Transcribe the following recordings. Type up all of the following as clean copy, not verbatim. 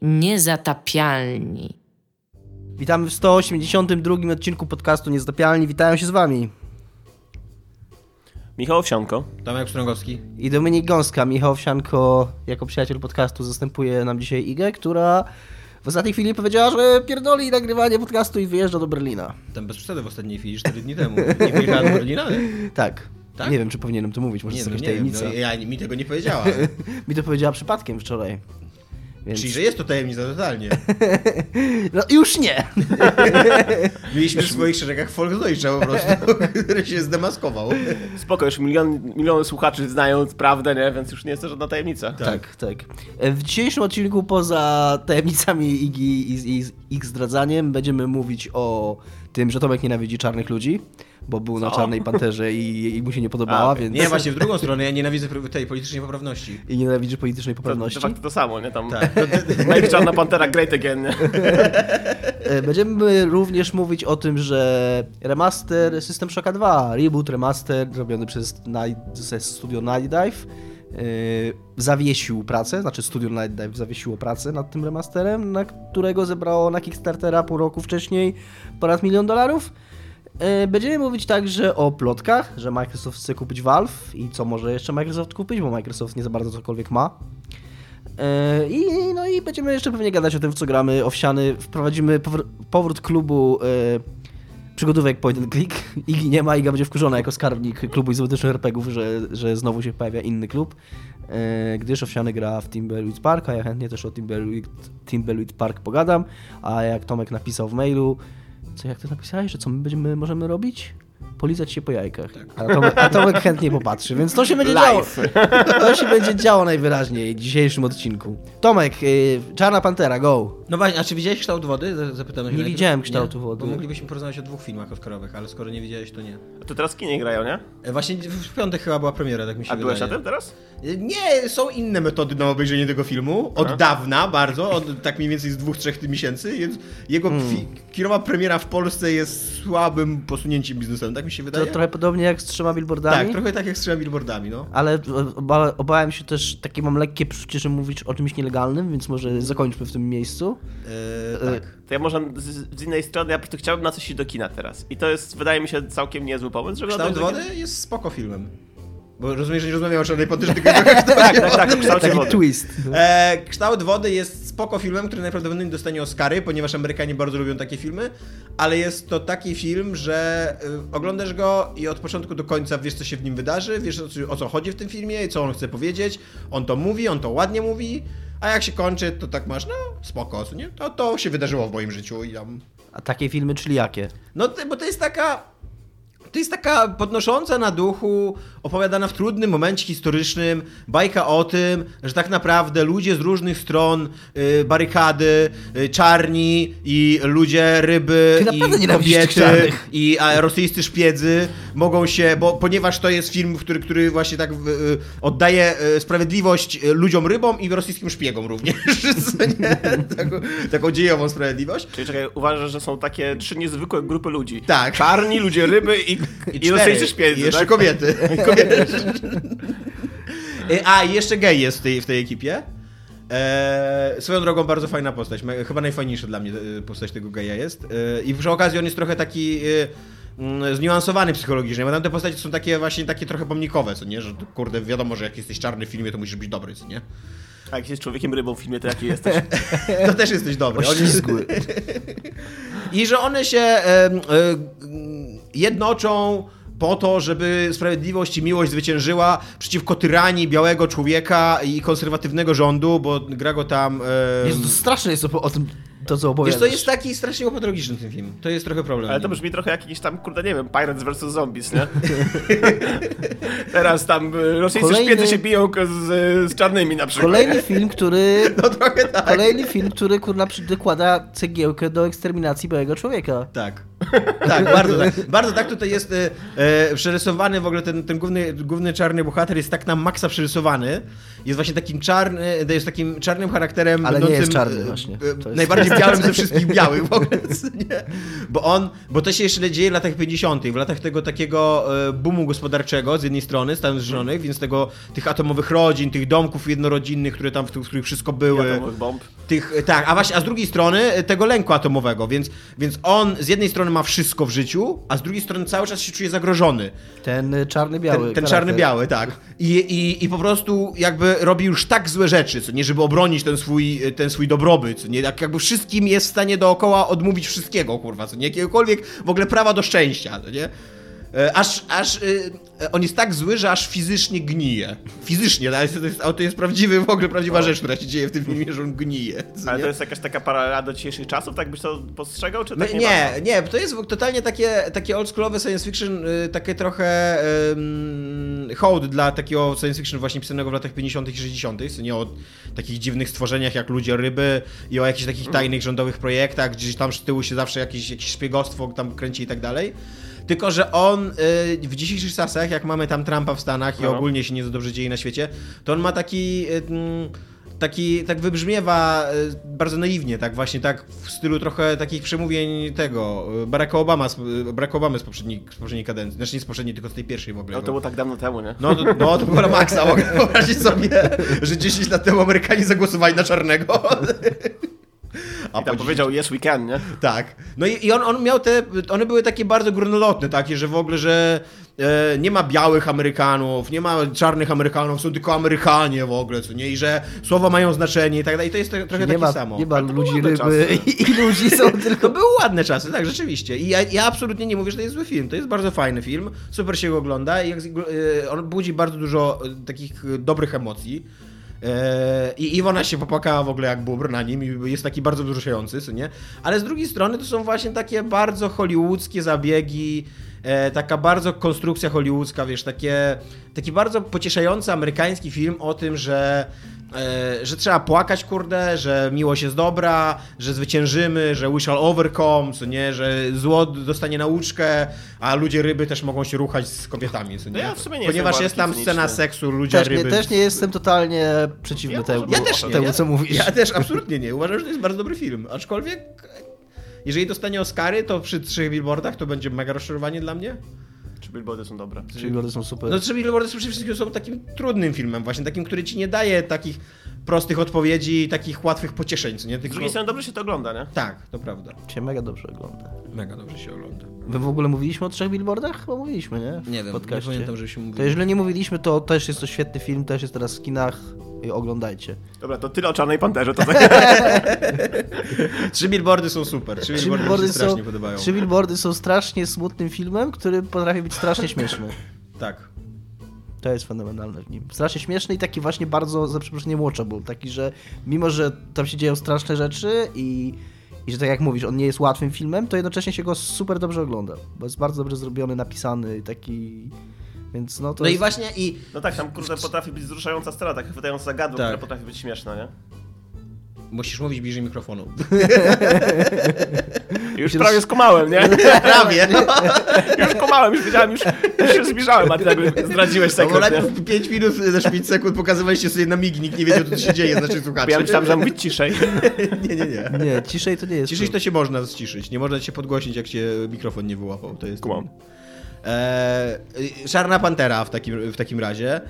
Niezatapialni. Witamy w 182 odcinku podcastu Niezatapialni. Witają się z wami Michał Owsianko, Tomek Pstrągowski i Dominik Gąska. Michał Owsianko jako przyjaciel podcastu zastępuje nam dzisiaj Igę, która w ostatniej chwili powiedziała, że pierdoli nagrywanie podcastu i wyjeżdża do Berlina. Tam bez przesady w ostatniej chwili, 4 dni temu. Nie wyjechała do Berlina? Tak. Tak? Nie wiem, czy powinienem to mówić, może to jest jakaś tajemnica. Mi tego nie powiedziała. Mi to powiedziała przypadkiem wczoraj. Więc... Czyli, że jest to tajemnica totalnie. No już nie! Mieliśmy w swoich szeregach Volksdeutscha po prostu, który się zdemaskował. spoko, już miliony słuchaczy znają prawdę, nie? Więc już nie jest to żadna tajemnica. Tak. W dzisiejszym odcinku poza tajemnicami Igi i ich zdradzaniem będziemy mówić o tym, że Tomek nienawidzi czarnych ludzi, bo był na Czarnej Panterze i mu się nie podobała, więc... Nie, właśnie w drugą stronę, ja nienawidzę tej politycznej poprawności. I nienawidzi politycznej poprawności. To to samo, nie? Tam Tak. Make Czarna Pantera great again, nie? Będziemy również mówić o tym, że remaster System Shocka 2, reboot, remaster robiony przez studio Night Dive zawiesił pracę, znaczy studio Night Dive zawiesiło pracę nad tym remasterem, na którego zebrało na Kickstartera pół roku wcześniej ponad $1 milion. Będziemy mówić także o plotkach, że Microsoft chce kupić Valve i co może jeszcze Microsoft kupić, bo Microsoft nie za bardzo cokolwiek ma. I będziemy jeszcze pewnie gadać o tym, w co gramy. Owsiany, wprowadzimy powrót klubu przygodówek point and click. Igi nie ma, Iga będzie wkurzona jako skarbnik klubu izotycznych RPGów, że znowu się pojawia inny klub, gdyż Owsiany gra w Thimbleweed Park, a ja chętnie też o Thimbleweed Park pogadam, a jak Tomek napisał w mailu, jak ty napisałeś, że co my możemy robić? Polizać się po jajkach. Tak. A Tomek chętnie popatrzy, więc to się będzie działo. To się będzie działo najwyraźniej w dzisiejszym odcinku. Tomek, Czarna Pantera, go! No właśnie, a czy widziałeś Kształt Wody? Zapytamy się. Nie widziałem Kształtu Wody. Bo moglibyśmy porozmawiać o 2 filmach oscarowych, ale skoro nie widziałeś, to nie. To teraz w kinie grają, nie? Właśnie w piątek chyba była premiera, tak mi się A wydaje. byłeś na tym teraz? Nie, są inne metody na obejrzenie tego filmu. Od dawna bardzo, od tak mniej więcej z 2-3 miesięcy. Jego kinowa premiera w Polsce jest słabym posunięciem biznesowym, tak mi się wydaje. To trochę podobnie jak z 3 billboardami? Tak, trochę tak jak z 3 billboardami, no. Ale obawiam się też, takie mam lekkie przeczucie, że mówić o czymś nielegalnym, więc może zakończmy w tym miejscu. Tak. To ja może z innej strony, ja po prostu chciałbym na coś iść do kina teraz. I to jest, wydaje mi się, całkiem niezły pomysł, żeby... Kształt Wody jest spoko filmem. Bo rozumiem, że nie rozmawiamy o Czarnej Panterze, tylko tak, kształcie Taki wody. twist. Kształt Wody jest spoko filmem, który najprawdopodobniej dostanie Oscary, ponieważ Amerykanie bardzo lubią takie filmy, ale jest to taki film, że oglądasz go i od początku do końca wiesz, co się w nim wydarzy, wiesz, o co chodzi w tym filmie i co on chce powiedzieć, on to mówi, on to ładnie mówi, a jak się kończy, to tak masz, no spoko, nie? To się wydarzyło w moim życiu i tam... A takie filmy, czyli jakie? No, bo to jest taka podnosząca na duchu, opowiadana w trudnym momencie historycznym, bajka o tym, że tak naprawdę ludzie z różnych stron barykady, czarni i ludzie, ryby i kobiety i rosyjscy szpiedzy mogą się, ponieważ to jest film, który właśnie tak oddaje sprawiedliwość ludziom rybom i rosyjskim szpiegom również. Taką dziejową sprawiedliwość. Czyli czekaj, uważasz, że są takie 3 niezwykłe grupy ludzi. Tak. Czarni, ludzie ryby i rosyjscy szpiedzy. I jeszcze tak? kobiety. A, i jeszcze gej jest w tej ekipie. Swoją drogą bardzo fajna postać. Chyba najfajniejsza dla mnie postać tego geja jest. I przy okazji on jest trochę taki zniuansowany psychologicznie, bo tam te postacie są takie właśnie takie trochę pomnikowe, co nie? Że kurde, wiadomo, że jak jesteś czarny w filmie, to musisz być dobry, co nie? A jak jesteś człowiekiem rybą w filmie, to jaki jesteś? To też jesteś dobry. Oślizgły. I że one się jednoczą po to, żeby sprawiedliwość i miłość zwyciężyła przeciwko tyranii białego człowieka i konserwatywnego rządu, bo gra go tam... Jezu, to straszne jest o tym, to co opowiadasz. Wiesz, to jest taki strasznie łopatologiczny ten film. To jest trochę problem. Ale to brzmi trochę jakiś tam, kurde, nie wiem, Pirates vs. Zombies, nie? Teraz tam rosyjscy szpiedzy się biją z czarnymi na przykład. Kolejny film, który... No trochę tak. Kolejny film, który kurna dokłada cegiełkę do eksterminacji białego człowieka. Tak. Tak, bardzo tak. Bardzo tak tutaj jest przerysowany w ogóle ten główny czarny bohater jest tak na maksa przerysowany. Jest właśnie takim czarnym charakterem. Ale nie jest czarny właśnie. Najbardziej białym ze wszystkich białych w ogóle. Nie? Bo to się jeszcze dzieje w latach 50., w latach tego takiego boomu gospodarczego z jednej strony Stanów Zjednoczonych, więc tych atomowych rodzin, tych domków jednorodzinnych, które tam, w których wszystko były. Atomowych bomb. Tak, a z drugiej strony tego lęku atomowego, więc on z jednej strony ma wszystko w życiu, a z drugiej strony cały czas się czuje zagrożony. Ten czarny-biały. Ten czarny-biały, tak. I po prostu jakby robi już tak złe rzeczy, co nie, żeby obronić ten swój dobrobyt, co nie, jakby wszystkim jest w stanie dookoła odmówić wszystkiego, kurwa, co nie, jakiegokolwiek w ogóle prawa do szczęścia, co nie. On jest tak zły, że aż fizycznie gnije. Fizycznie, ale to jest prawdziwa rzecz, która się dzieje w tym filmie, że on gnije. Ale to jest jakaś taka paralela do dzisiejszych czasów, tak byś to postrzegał, czy tak nie, to jest totalnie takie oldschoolowe science fiction, takie trochę hołd dla takiego science fiction właśnie pisanego w latach 50. i 60., co nie o takich dziwnych stworzeniach jak ludzie, ryby i o jakichś takich tajnych rządowych projektach, gdzieś tam z tyłu się zawsze jakieś szpiegostwo tam kręci i tak dalej. Tylko że on w dzisiejszych czasach, jak mamy tam Trumpa w Stanach i ogólnie się nie za dobrze dzieje na świecie, to on ma tak wybrzmiewa bardzo naiwnie, tak właśnie tak w stylu trochę takich przemówień tego Baracka Obamy z poprzedniej kadencji, znaczy nie z poprzedniej, tylko z tej pierwszej w ogóle. No to było tak dawno temu, nie? No to było na maksa, mogę wyobrazić sobie, że 10 lat temu Amerykanie zagłosowali na czarnego. I tam powiedział yes we can, nie? Tak. No i on miał one były takie bardzo górnolotne, takie, że w ogóle, że nie ma białych Amerykanów, nie ma czarnych Amerykanów, są tylko Amerykanie w ogóle, co nie? I że słowa mają znaczenie i tak dalej. I to jest trochę takie samo. Nie ma ludzi, ryby i ludzi są tylko... To były ładne czasy, tak, rzeczywiście. I ja absolutnie nie mówię, że to jest zły film. To jest bardzo fajny film, super się go ogląda i on budzi bardzo dużo takich dobrych emocji. I Iwona się popłakała w ogóle jak bóbr na nim i jest taki bardzo wzruszający, co nie? Ale z drugiej strony to są właśnie takie bardzo hollywoodzkie zabiegi, taka bardzo konstrukcja hollywoodzka, wiesz, taki bardzo pocieszający amerykański film o tym, że trzeba płakać, kurde, że miłość jest dobra, że zwyciężymy, że we shall overcome, co nie, że zło dostanie nauczkę, a ludzie ryby też mogą się ruchać z kobietami, co nie? No ja w sumie nie ponieważ jest tam scena seksu, ludzie ryby. Też nie jestem totalnie przeciwny temu, co mówisz. Ja też absolutnie nie. Uważam, że to jest bardzo dobry film, aczkolwiek jeżeli dostanie Oscary, to przy 3 billboardach to będzie mega rozczarowanie dla mnie. Czy billboardy są dobre? Czy billboardy są super. No 3 billboardy przede wszystkim są takim trudnym filmem, właśnie takim, który ci nie daje takich prostych odpowiedzi i takich łatwych pocieszeń, co nie? Z drugiej strony dobrze się to ogląda, nie? Tak, to prawda. Się mega dobrze ogląda. Mega dobrze się ogląda. My w ogóle mówiliśmy o 3 billboardach? Chyba mówiliśmy, nie? Nie wiem, nie pamiętam, żebyśmy mówili. To jeżeli nie mówiliśmy, to też jest to świetny film, też jest teraz w kinach. Oglądajcie. Dobra, to tyle o Czarnej Panterze. To 3 billboardy są super. 3 billboardy mi się strasznie podobają. 3 billboardy są strasznie smutnym filmem, który potrafi być strasznie śmieszny. Tak. To jest fenomenalne w nim. Strasznie śmieszny i taki właśnie bardzo, za przeproszeniem, watchable. Taki, że mimo, że tam się dzieją straszne rzeczy i że tak jak mówisz, on nie jest łatwym filmem, to jednocześnie się go super dobrze ogląda. Bo jest bardzo dobrze zrobiony, napisany i taki... Więc no to no jest... i właśnie No tak, tam kurde potrafi być wzruszająca scena, tak chwytająca gadło, tak. która potrafi być śmieszna, nie? Musisz mówić bliżej mikrofonu. Już prawie skumałem, nie? Prawie, no. Już kumałem, już wiedziałem, już się zbliżałem, a ty jakby zdradziłeś sekret. No bo najpierw 5 minut, też 5 sekund pokazywaliście sobie na migi, nikt nie wiedział, co tu się dzieje, znaczy słuchacze. Ja myślałem, że mówić ciszej. Nie. Nie, ciszej to nie jest. Ciszej to się można ściszyć, nie można się podgłośnić, jak się mikrofon nie wyłapał. To jest... Kumam. Czarna Pantera w takim razie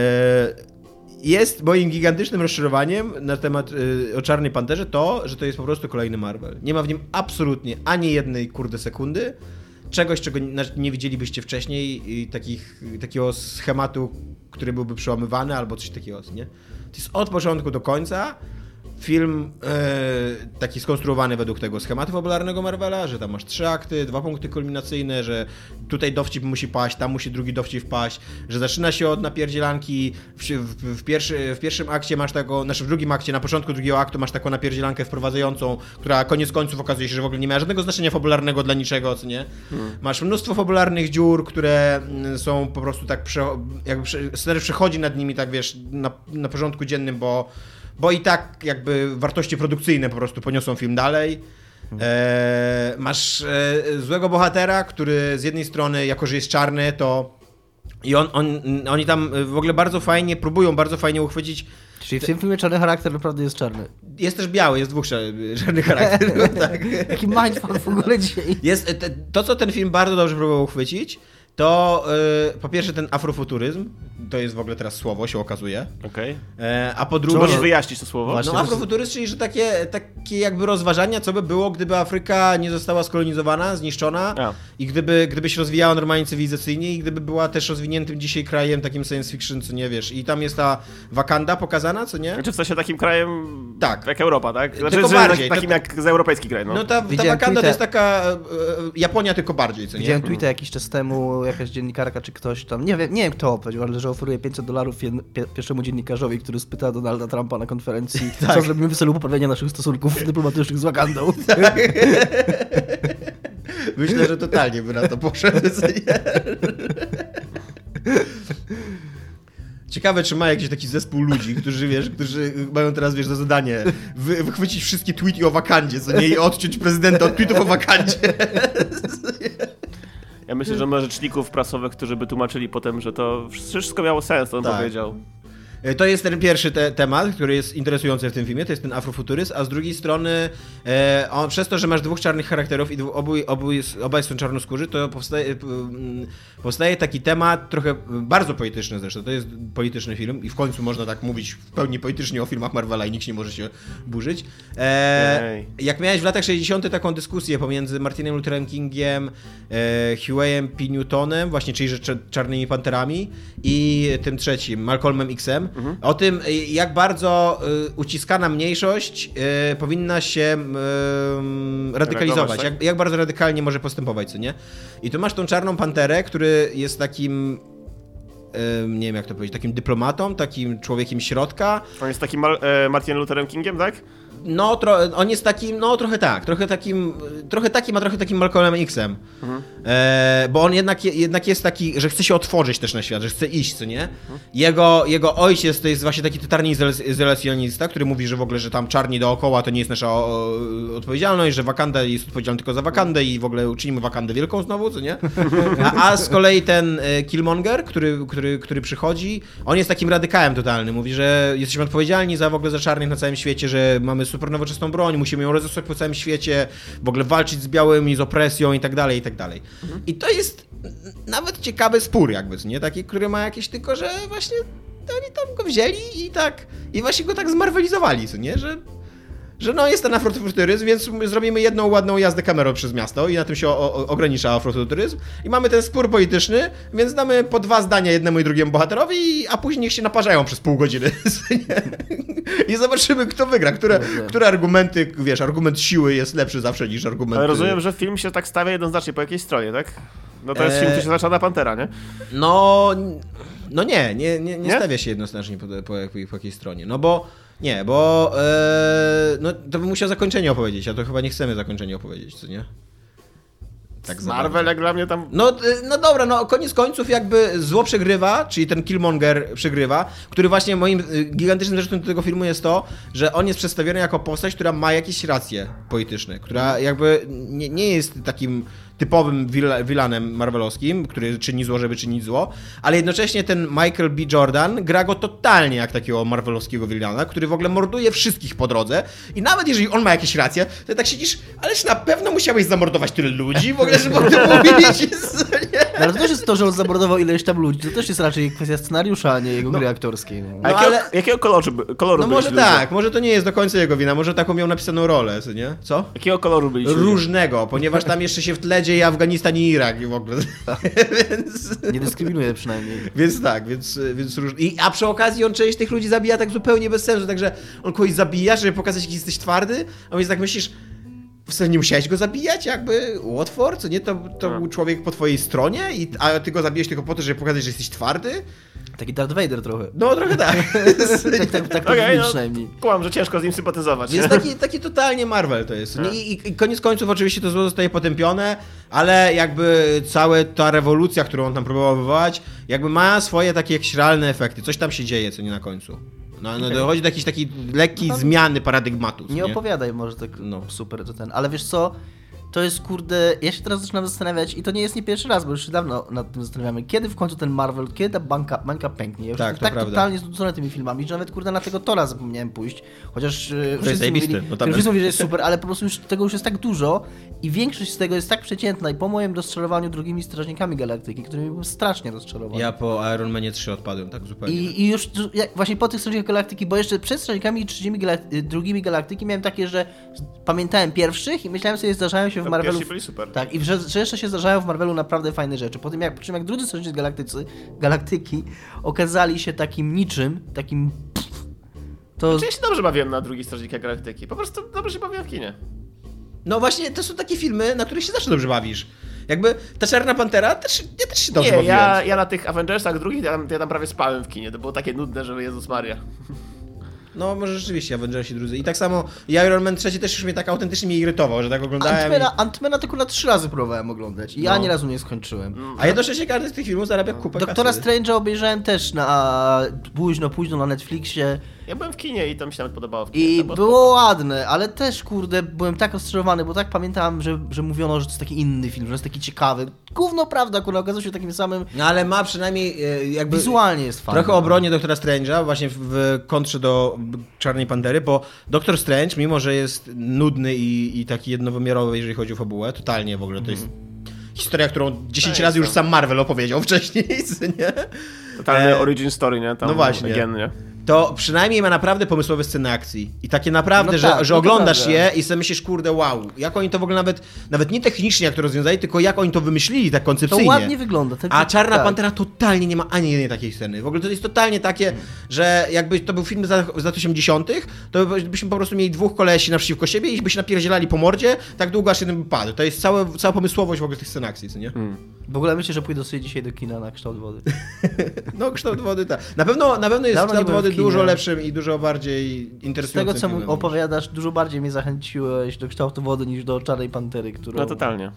jest moim gigantycznym rozczarowaniem na temat o Czarnej Panterze to, że to jest po prostu kolejny Marvel. Nie ma w nim absolutnie ani jednej kurde sekundy czegoś, czego nie widzielibyście wcześniej i takiego schematu, który byłby przełamywany albo coś takiego, nie? To jest od początku do końca film taki skonstruowany według tego schematu fabularnego Marvela, że tam masz 3 akty, 2 punkty kulminacyjne, że tutaj dowcip musi paść, tam musi drugi dowcip wpaść, że zaczyna się od napierdzielanki, w pierwszym akcie masz taką, znaczy w drugim akcie, na początku drugiego aktu masz taką napierdzielankę wprowadzającą, która koniec końców okazuje się, że w ogóle nie ma żadnego znaczenia fabularnego dla niczego, co nie? Masz mnóstwo fabularnych dziur, które są po prostu tak, scenariusz przechodzi nad nimi tak, wiesz, na porządku dziennym, bo i tak jakby wartości produkcyjne po prostu poniosą film dalej. Masz złego bohatera, który z jednej strony, jako że jest czarny, to i oni tam w ogóle próbują bardzo fajnie uchwycić. Czyli w tym filmie czarny charakter naprawdę jest czarny. Jest też biały, jest dwóch czarnych charakterów. Tak. Jaki mindfuck w ogóle dzisiaj. To, co ten film bardzo dobrze próbował uchwycić, to po pierwsze ten afrofuturyzm, to jest w ogóle teraz słowo, się okazuje. Okej. A po drugie... Możesz wyjaśnić to słowo? Właśnie. No afrofuturyzm, czyli że takie jakby rozważania, co by było, gdyby Afryka nie została skolonizowana, zniszczona i gdyby się rozwijała normalnie cywilizacyjnie i gdyby była też rozwiniętym dzisiaj krajem takim science fiction, co nie wiesz. I tam jest ta Wakanda pokazana, co nie? Znaczy w sensie takim krajem Tak. jak Europa, tak? Znaczy, Tylko bardziej. Takim jak z europejski kraj, no. No ta Wakanda to jest taka Japonia tylko bardziej, co nie? Widziałem tweeta jakiś czas temu, jakaś dziennikarka czy ktoś tam, nie wiem kto powiedział, ale że oferuje $500 pierwszemu dziennikarzowi, który spyta Donalda Trumpa na konferencji, co zrobimy w celu poprawienia naszych stosunków dyplomatycznych z Wakandą. Tak. Myślę, że totalnie by na to poszedł. Co nie? Ciekawe, czy ma jakiś taki zespół ludzi, którzy mają teraz, za zadanie wychwycić wszystkie tweety o Wakandzie, co nie? I odciąć prezydenta od tweetów o Wakandzie. Ja myślę, że ma rzeczników prasowych, którzy by tłumaczyli potem, że to wszystko miało sens, to on powiedział. To jest ten pierwszy temat, który jest interesujący w tym filmie, to jest ten afrofuturyzm, a z drugiej strony przez to, że masz dwóch czarnych charakterów i obaj są czarnoskórzy, to powstaje taki temat trochę bardzo polityczny zresztą. To jest polityczny film i w końcu można tak mówić w pełni politycznie o filmach Marvela i nikt nie może się burzyć. Jak miałeś w latach 60. taką dyskusję pomiędzy Martinem Lutherem Kingiem, Huey'em P. Newtonem, właśnie czyli Czarnymi Panterami i tym trzecim, Malcolmem X-em, o tym, jak bardzo uciskana mniejszość powinna się radykalizować, tak? jak bardzo radykalnie może postępować, co nie? I tu masz tą Czarną Panterę, który jest takim nie wiem jak to powiedzieć, takim dyplomatą, takim człowiekiem środka. On jest takim Martinem Lutherem Kingiem, tak? No, on jest takim, no trochę takim, a trochę takim Malcolmem X-em. Bo on jednak jest taki, że chce się otworzyć też na świat, że chce iść, co nie? Jego ojciec to jest właśnie taki totalny izolacjonista, który mówi, że w ogóle, że tam czarni dookoła to nie jest nasza odpowiedzialność, że Wakanda jest odpowiedzialna tylko za Wakandę i w ogóle uczynimy Wakandę wielką znowu, co nie? A z kolei ten Killmonger, który przychodzi, on jest takim radykałem totalnym. Mówi, że jesteśmy odpowiedzialni w ogóle za czarnych na całym świecie, że mamy super nowoczesną broń, musimy ją rozesłać po całym świecie, w ogóle walczyć z białymi, z opresją i tak dalej, i tak dalej. I to jest nawet ciekawy spór jakby, nie? Taki, który ma jakieś tylko, że właśnie oni tam go wzięli i właśnie go tak zmarvelizowali, co nie? Że no jest ten afrofuturyzm, więc zrobimy jedną ładną jazdę kamerą przez miasto i na tym się ogranicza afrofuturyzm. I mamy ten spór polityczny, więc damy po 2 zdania jednemu i drugiemu bohaterowi, a później niech się naparzają przez pół godziny. I zobaczymy, kto wygra, które argumenty, argument siły jest lepszy zawsze niż argument... Ale rozumiem, że film się tak stawia jednoznacznie po jakiejś stronie, tak? No to jest film, który się zaczyna Pantera, nie? No nie stawia się jednoznacznie po jakiej stronie, no bo no to bym musiał zakończenie opowiedzieć, a to chyba nie chcemy zakończenia opowiedzieć, co nie? Tak Marvel jak dla mnie tam... No dobra, no koniec końców jakby zło przegrywa, czyli ten Killmonger przegrywa, który właśnie moim gigantycznym zresztą tego filmu jest to, że on jest przedstawiony jako postać, która ma jakieś racje polityczne, która jakby nie jest takim typowym villanem marvelowskim, który czyni zło, żeby czynić zło, ale jednocześnie ten Michael B. Jordan gra go totalnie jak takiego marvelowskiego villana, który w ogóle morduje wszystkich po drodze i nawet jeżeli on ma jakieś racje, to tak siedzisz, ależ na pewno musiałeś zamordować tyle ludzi w ogóle, żeby o tym mówić. No, ale to też jest to, że on zamordował ileś tam ludzi, to też jest raczej kwestia scenariusza, a nie jego gry aktorskiej. No. Jakiego koloru no może tak, może to nie jest do końca jego wina, może taką miał napisaną rolę, co nie? Co? Jakiego koloru byliście? Różnego, ponieważ tam jeszcze się w tle dzieje Afganistan i Irak i w ogóle. Więc... Nie dyskryminuje przynajmniej. Więc tak, więc różnie. A przy okazji on część tych ludzi zabija tak zupełnie bez sensu, także on kogoś zabija, żeby pokazać, jak jesteś twardy, a więc tak myślisz, w sensie nie musiałeś go zabijać, jakby Watford, co nie? To był człowiek po twojej stronie, a ty go zabijesz tylko po to, żeby pokazać, że jesteś twardy? Taki Darth Vader trochę. No trochę tak. tak okay, no, przynajmniej. Kłam, że ciężko z nim sympatyzować. Jest taki totalnie Marvel to jest. I koniec końców oczywiście to zło zostaje potępione, ale jakby cała ta rewolucja, którą on tam próbował wywołać, jakby ma swoje takie jakieś realne efekty. Coś tam się dzieje, co nie na końcu. No, dochodzi do jakiejś takiej lekkiej zmiany paradygmatu. Nie opowiadaj może tak super to ten, ale wiesz co, to jest kurde, ja się teraz zaczynam zastanawiać i to nie jest nie pierwszy raz, bo już się dawno nad tym zastanawiamy, kiedy w końcu ten Marvel, kiedy ta bańka pęknie. Ja już tak, tak totalnie znudzony tymi filmami, że nawet kurde na tego Tora zapomniałem pójść, chociaż wszyscy mówili, że jest super, ale po prostu tego już jest tak dużo i większość z tego jest tak przeciętna i po moim rozczarowaniu drugimi Strażnikami Galaktyki, którymi byłem strasznie rozczarowany. Ja po Iron Manie 3 odpadłem, tak zupełnie. I już właśnie po tych Strażnikach Galaktyki, bo jeszcze przed Strażnikami i drugimi Galaktyki miałem takie, że pamiętałem pierwszych i myślałem sobie, zdarzają się w Marvelu. Byli super. Tak, i że jeszcze się zdarzają w Marvelu naprawdę fajne rzeczy. Po czym jak drudzy Strażnicy Galaktyki okazali się takim niczym, takim. To... Ja się dobrze bawiłem na drugiej Strażnikach Galaktyki. Po prostu dobrze się bawiłem w kinie. No właśnie, to są takie filmy, na których się zawsze dobrze bawisz. Jakby ta Czarna Pantera, ja też się dobrze bawiłem. Ja na tych Avengersach drugich, ja tam prawie spałem w kinie. To było takie nudne, że Jezus Maria. No może rzeczywiście Avengersi drudzy. I tak samo Iron Man 3 też już mnie tak autentycznie mnie irytował, że tak oglądałem. Ant-Mana tylko na 3 razy próbowałem oglądać i ani razu nie skończyłem. A jednocześnie każdy z tych filmów zarabia kupę Doktora kasy. Strange'a obejrzałem też późno na Netflixie. Ja byłem w kinie i to mi się nawet podobało. I było ładne, ale też kurde, byłem tak rozczarowany, bo tak pamiętałem, że mówiono, że to jest taki inny film, że jest taki ciekawy. Gówno prawda, akurat okazał się takim samym. No ale ma przynajmniej jakby. Wizualnie jest fajny. Trochę obronie Doktora Strange'a, właśnie w kontrze do Czarnej Pantery, bo Doktor Strange, mimo że jest nudny i taki jednowymiarowy, jeżeli chodzi o fabułę, totalnie w ogóle to jest historia, którą 10 razy już sam Marvel opowiedział wcześniej, nie? Totalny origin story, nie? Tam no właśnie. Legend, nie? To przynajmniej ma naprawdę pomysłowe sceny akcji. I takie naprawdę, tak, że oglądasz je i sobie myślisz, kurde, wow, jak oni to w ogóle nawet nie technicznie jak to rozwiązali, tylko jak oni to wymyślili tak koncepcyjnie. To ładnie wygląda. A Czarna Pantera totalnie nie ma ani jednej takiej sceny. W ogóle to jest totalnie takie, że jakby to był film z lat 80., to byśmy po prostu mieli dwóch kolesi naprzeciwko siebie i by się napierdzielali po mordzie tak długo, aż jeden by padł. To jest cała pomysłowość w ogóle tych scen akcji, co nie? W ogóle myślę, że pójdę sobie dzisiaj do kina na Kształt Wody. No, Kształt Wody, tak. Na pewno jest Dawno Kształt Wody kinie. dużo lepszym i dużo bardziej interesującym. Z tego, co filmem. opowiadasz, dużo bardziej mnie zachęciłeś do Kształtu Wody niż do Czarnej Pantery, którą... No totalnie.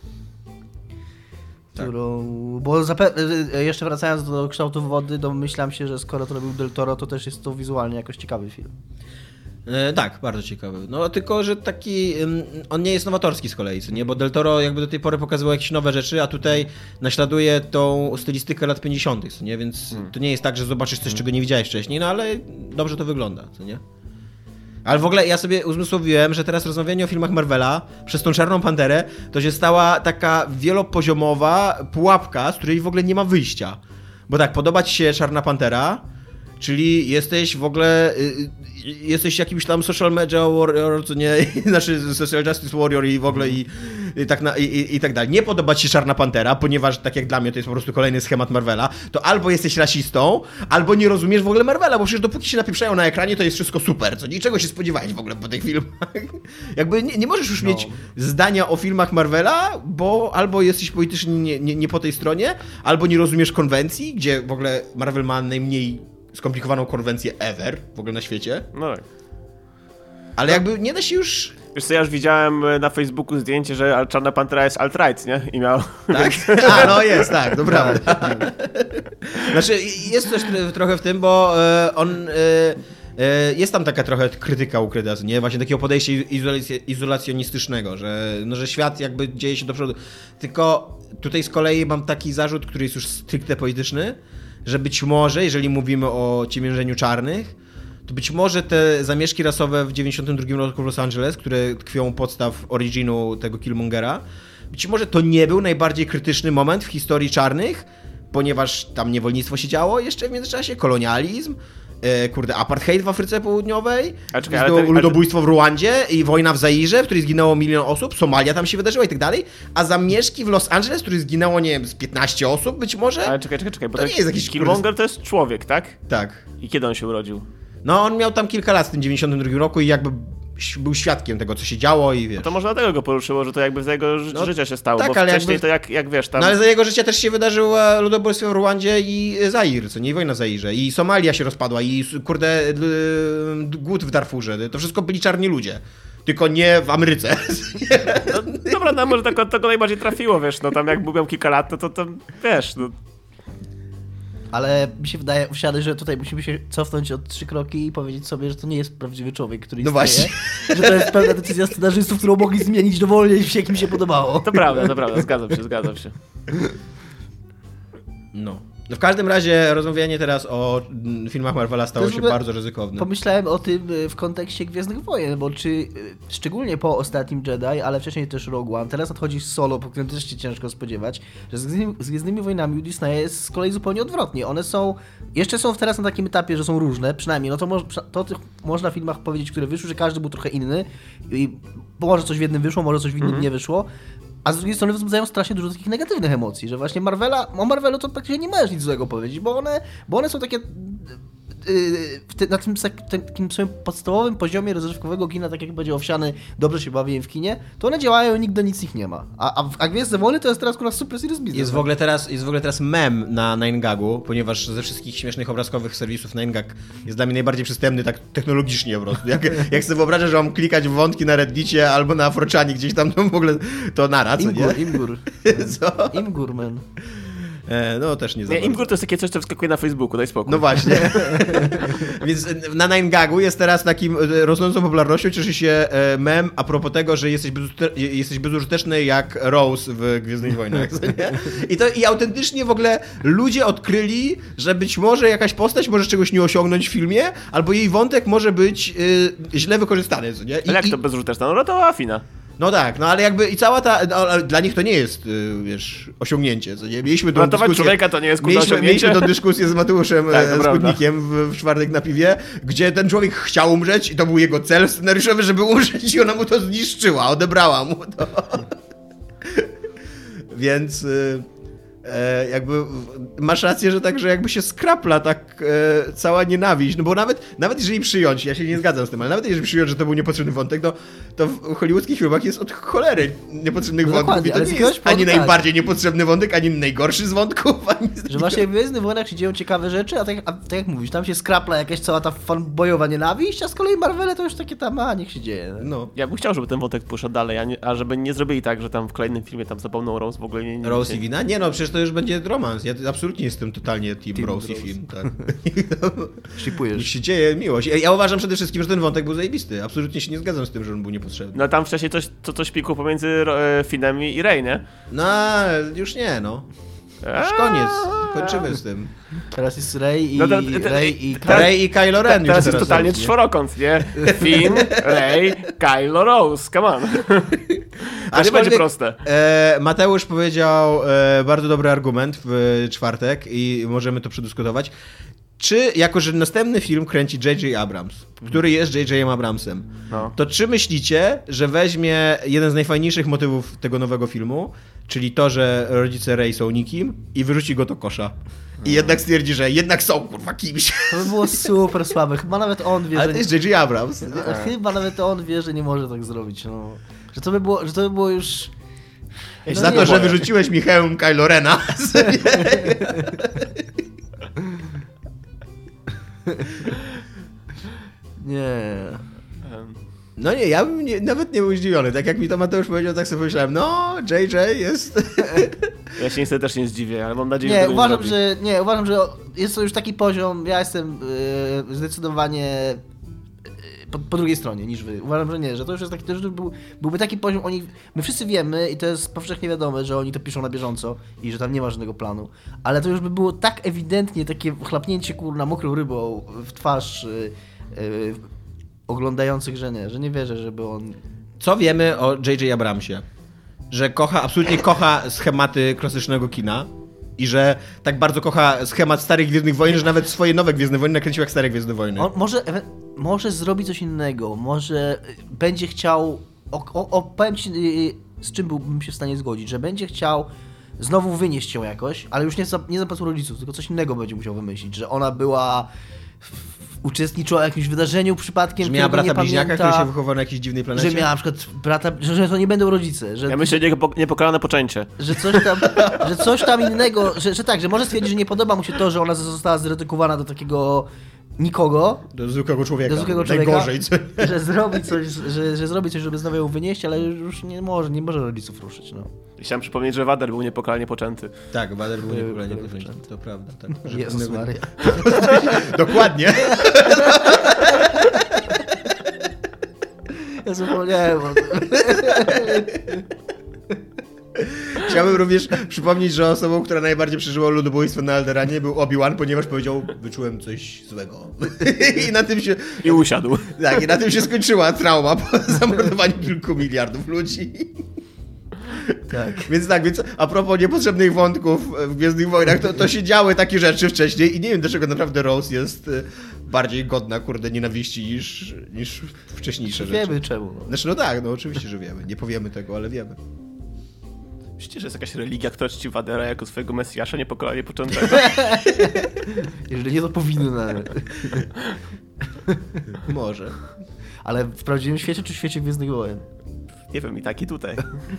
Bo jeszcze wracając do Kształtu Wody, domyślam się, że skoro to robił Del Toro, to też jest to wizualnie jakoś ciekawy film. Tak, bardzo ciekawy. No tylko, że taki, on nie jest nowatorski z kolei, co nie? Bo Del Toro jakby do tej pory pokazywał jakieś nowe rzeczy, a tutaj naśladuje tą stylistykę lat 50., co nie? Więc to nie jest tak, że zobaczysz coś, czego nie widziałeś wcześniej, no ale dobrze to wygląda, co nie? Ale w ogóle ja sobie uzmysłowiłem, że teraz rozmawianie o filmach Marvela przez tą Czarną Panterę to się stała taka wielopoziomowa pułapka, z której w ogóle nie ma wyjścia. Bo tak, podoba ci się Czarna Pantera, czyli jesteś w ogóle... Jesteś jakimś tam social media warrior, co nie? Znaczy social justice warrior i w ogóle i tak dalej. Nie podoba ci się Czarna Pantera, ponieważ tak jak dla mnie to jest po prostu kolejny schemat Marvela, to albo jesteś rasistą, albo nie rozumiesz w ogóle Marvela, bo przecież dopóki się napieprzają na ekranie, to jest wszystko super, co niczego się spodziewałeś w ogóle po tych filmach. Jakby nie możesz już mieć zdania o filmach Marvela, bo albo jesteś politycznie nie po tej stronie, albo nie rozumiesz konwencji, gdzie w ogóle Marvel ma najmniej skomplikowaną konwencję ever w ogóle na świecie. No tak. Ale jakby nie da się już... Wiesz co, ja już widziałem na Facebooku zdjęcie, że Czarna Pantera jest alt-right, nie? I miał... Tak? A, no jest, tak, to prawda. Znaczy, jest coś trochę w tym, bo jest tam taka trochę krytyka ukryta, nie? Właśnie takiego podejścia izolacjonistycznego, że świat jakby dzieje się do przodu. Tylko tutaj z kolei mam taki zarzut, który jest już stricte polityczny, że być może, jeżeli mówimy o ciemiężeniu czarnych, to być może te zamieszki rasowe w 92 roku w Los Angeles, które tkwią u podstaw originu tego Killmongera, być może to nie był najbardziej krytyczny moment w historii czarnych, ponieważ tam niewolnictwo się działo jeszcze w międzyczasie, kolonializm, apartheid w Afryce Południowej, ludobójstwo w Ruandzie i wojna w Zairze, w której zginęło 1 milion osób, Somalia tam się wydarzyła i tak dalej, a zamieszki w Los Angeles, w których zginęło, nie wiem, z 15 osób być może? Ale czekaj, bo to nie jest jakiś... Killmonger to jest człowiek, tak? Tak. I kiedy on się urodził? No on miał tam kilka lat w tym 92 roku i jakby był świadkiem tego, co się działo i wiesz... No to może dlatego go poruszyło, że to jakby za jego życia się stało, tak, bo ale wcześniej jakby... to jak wiesz tam... No ale za jego życia też się wydarzyło ludobójstwo w Rwandzie i Zair, co nie? I wojna w Zairze. I Somalia się rozpadła i kurde głód w Darfurze. To wszystko byli czarni ludzie. Tylko nie w Ameryce. No, dobra, no może to go najbardziej trafiło, wiesz, no tam jak był miał kilka lat, to wiesz, no... Ale mi się wydaje, Owsiany, że tutaj musimy się cofnąć o 3 kroki i powiedzieć sobie, że to nie jest prawdziwy człowiek, który istnieje. właśnie. Że to jest pewna decyzja scenarzystów, którą mogli zmienić dowolnie, jak im się podobało. To prawda, zgadzam się. No. W każdym razie rozmawianie teraz o filmach Marvela stało się bardzo ryzykowne. Pomyślałem o tym w kontekście Gwiezdnych Wojen, bo szczególnie po ostatnim Jedi, ale wcześniej też Rogue One, teraz nadchodzi Solo, po którym też się ciężko spodziewać, że z Gwiezdnymi Wojnami u Disneya jest z kolei zupełnie odwrotnie. One jeszcze są teraz na takim etapie, że są różne, przynajmniej, no to można w filmach powiedzieć, które wyszły, że każdy był trochę inny i może coś w jednym wyszło, może coś w innym nie wyszło. A z drugiej strony wzbudzają strasznie dużo takich negatywnych emocji, że właśnie o Marvelu to praktycznie nie możesz nic złego powiedzieć, bo one są takie na tym takim swoim podstawowym poziomie rozrywkowego kina, tak jak będzie Owsiany, dobrze się bawiłem w kinie, to one działają i nigdy nic ich nie ma. A Gwiezdne Wojny to jest teraz kurwa super serious business. Jest w ogóle teraz mem na 9gagu, ponieważ ze wszystkich śmiesznych obrazkowych serwisów 9gag jest dla mnie najbardziej przystępny tak technologicznie po prostu. Jak sobie wyobrażę, że mam klikać w wątki na Reddicie albo na 4chanie gdzieś tam, to w ogóle to naraz, co nie? Imgur. Co? Imgur, man. No też nie za Nie, bardzo. Imgur to jest takie coś, co wskakuje na Facebooku, daj spokój. No właśnie. Więc na 9gagu jest teraz takim rosnącą popularnością, cieszy się mem a propos tego, że jesteś bezużyteczny jak Rose w Gwiezdnych Wojnach. I autentycznie w ogóle ludzie odkryli, że być może jakaś postać może czegoś nie osiągnąć w filmie, albo jej wątek może być źle wykorzystany. Co nie? Ale jak to bezużyteczne? No to Afina. No tak, no ale jakby i cała ta... No, dla nich to nie jest, wiesz, osiągnięcie, co nie? Mieliśmy tą Ratować dyskusję... człowieka to nie jest kurwa osiągnięcie. Mieliśmy tą dyskusję z Mateuszem Tak, Skutnikiem w czwartek na piwie, gdzie ten człowiek chciał umrzeć i to był jego cel scenariuszowy, żeby umrzeć i ona mu to zniszczyła, odebrała mu to. Więc... jakby masz rację, że tak, że jakby się skrapla tak cała nienawiść, no bo nawet jeżeli przyjąć, ja się nie zgadzam z tym, ale nawet jeżeli przyjąć, że to był niepotrzebny wątek, to w hollywoodzkich filmach jest od cholery niepotrzebnych wątków i to nie jest ani najbardziej niepotrzebny wątek, ani najgorszy z wątków, ani że właśnie w Gwiezdnych Wojnach się dzieją ciekawe rzeczy, a tak jak mówisz, tam się skrapla jakaś cała ta fanboyowa nienawiść, a z kolei Marvele to już takie tam, niech się dzieje. No. Ja bym chciał, żeby ten wątek poszedł dalej, a żeby nie zrobili tak, że tam w kolejnym filmie tam zapomną Rose w ogóle nie Rose i wina? Nie no, przecież to już będzie romans. Ja absolutnie jestem totalnie team Rose i film. Tak. Shipujesz. Niech się dzieje miłość. Ja uważam przede wszystkim, że ten wątek był zajebisty. Absolutnie się nie zgadzam z tym, że on był niepotrzebny. No tam wcześniej coś pikło pomiędzy Finem i Rey, nie? No, już nie, no. Już koniec. Kończymy z tym. Teraz jest Rey i No Rey i Kylo Ren. Teraz jest totalnie czworokąt, nie? Finn, Rey, Kylo, Rose, come on. To nie będzie proste. Mateusz powiedział bardzo dobry argument w czwartek i możemy to przedyskutować. Czy, jako że następny film kręci J.J. Abrams, który jest J.J. Abramsem, to czy myślicie, że weźmie jeden z najfajniejszych motywów tego nowego filmu, czyli to, że rodzice Rey są nikim i wyrzuci go do kosza? I jednak stwierdzi, że jednak są, kurwa, kimś. To by było super słabe. Chyba nawet on wie, Ale to jest J.J. Abrams. Chyba nawet on wie, że nie może tak zrobić. No. Że to by było już... No za to, że wyrzuciłeś mi hełm Kylo Rena. Nie. No nie, ja bym nawet nie był zdziwiony. Tak jak mi to Mateusz powiedział, tak sobie pomyślałem, no, JJ jest... Ja się niestety też nie zdziwię, ale mam nadzieję, że uważam, że jest to już taki poziom, ja jestem zdecydowanie po drugiej stronie niż wy. Uważam, że nie, że to już jest taki, to już byłby taki poziom, my wszyscy wiemy i to jest powszechnie wiadome, że oni to piszą na bieżąco i że tam nie ma żadnego planu, ale to już by było tak ewidentnie takie chlapnięcie kurna mokrą rybą w twarz oglądających, że nie wierzę, żeby on... Co wiemy o J.J. Abramsie? Że absolutnie kocha schematy klasycznego kina i że tak bardzo kocha schemat starych Gwiezdnych Wojen, że nawet swoje nowe Gwiezdne Wojny nakręcił jak stare Gwiezdne Wojny. On może zrobi coś innego, może będzie chciał... powiem ci, z czym byłbym się w stanie zgodzić, że będzie chciał znowu wynieść ją jakoś, ale już nie za pomocą rodziców, tylko coś innego będzie musiał wymyślić, że ona była... uczestniczyła w jakimś wydarzeniu przypadkiem, że miała brata bliźniaka, który się wychował na jakiejś dziwnej planecie? Że miała na przykład brata, że to nie będą rodzice. Że, ja myślę, niepokalane poczęcie. Że coś tam innego, że może stwierdzić, że nie podoba mu się to, że ona została zredukowana do takiego nikogo, Do zwykłego człowieka. do zwykłego człowieka, Najgorzej. Co? że zrobi coś, że zrobi coś, żeby znowu ją wynieść, ale już nie może rodziców ruszyć. No. Chciałem przypomnieć, że Wader był niepokalanie poczęty. Tak, Wader był niepokalanie Był poczęty, to prawda. Tak, że Jezus Maria. Dokładnie. Ja zapomniałem o tym. Chciałbym również przypomnieć, że osobą, która najbardziej przeżyła ludobójstwo na Alderanie był Obi-Wan, ponieważ powiedział, wyczułem coś złego. I na tym się... I usiadł. Tak, i na tym się skończyła trauma po zamordowaniu kilku miliardów ludzi. Tak. Więc a propos niepotrzebnych wątków w Gwiezdnych Wojnach, to się działy takie rzeczy wcześniej i nie wiem, dlaczego naprawdę Rose jest bardziej godna, nienawiści niż wcześniejsze rzeczy. Wiemy czemu. No. Znaczy, no tak, no oczywiście, że wiemy. Nie powiemy tego, ale wiemy. Myślicie, że jest jakaś religia, która czci Wadera jako swojego Mesjasza, niepokalanie poczętego? Jeżeli nie, to powinna. Może. Ale w prawdziwym świecie czy w świecie Gwiezdnych Wojen? Nie wiem, i tak, i tutaj.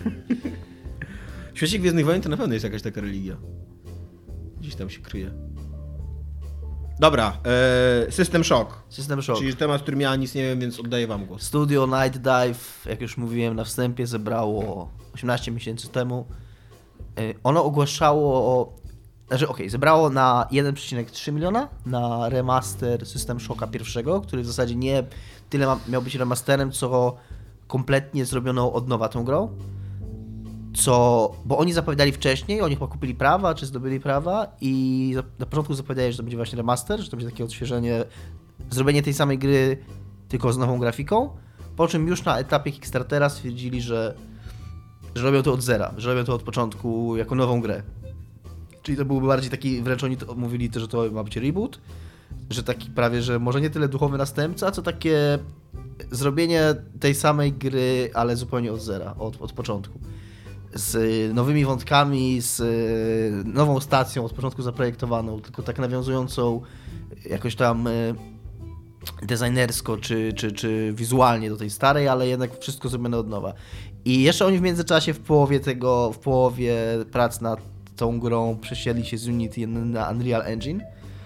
W świecie Gwiezdnych Wojen to na pewno jest jakaś taka religia. Gdzieś tam się kryje. Dobra, System Shock. System Shock. Czyli temat, który ja nic nie wiem, więc oddaję wam głos. Studio Night Dive, jak już mówiłem na wstępie, zebrało 18 miesięcy temu. Ono ogłaszało... zebrało na 1,3 miliona na remaster System Shocka pierwszego, który w zasadzie nie tyle miał być remasterem, co kompletnie zrobiono od nowa tą grą. Bo oni zapowiadali wcześniej, oni chyba kupili prawa, czy zdobyli prawa i na początku zapowiadali, że to będzie właśnie remaster, że to będzie takie odświeżenie, zrobienie tej samej gry, tylko z nową grafiką, po czym już na etapie Kickstartera stwierdzili, że robią to od zera, że robią to od początku jako nową grę. Czyli to byłby bardziej taki, wręcz oni mówili, że to ma być reboot, że taki prawie, że może nie tyle duchowy następca, co takie zrobienie tej samej gry, ale zupełnie od zera, od początku. Z nowymi wątkami, z nową stacją od początku zaprojektowaną, tylko tak nawiązującą jakoś tam designersko czy wizualnie do tej starej, ale jednak wszystko zrobione od nowa. I jeszcze oni w międzyczasie w połowie prac nad tą grą przesiedli się z Unity na Unreal Engine,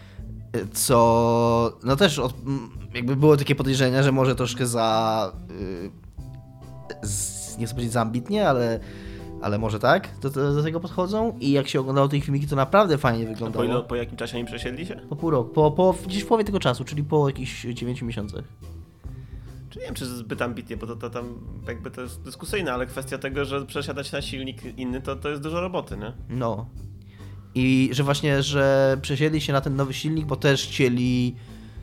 co no też jakby było takie podejrzenia, że może troszkę nie chcę powiedzieć za ambitnie, ale może tak, do tego podchodzą i jak się oglądało tych filmiki, to naprawdę fajnie wyglądało. Po jakim czasie oni przesiedli się? Po pół roku, gdzieś w połowie tego czasu, czyli po jakichś 9 miesiącach. Czy nie wiem, czy zbyt ambitnie, bo to tam jakby to jest dyskusyjne, ale kwestia tego, że przesiadać na silnik inny, to jest dużo roboty, nie? No. I że właśnie, że przesiedli się na ten nowy silnik, bo też chcieli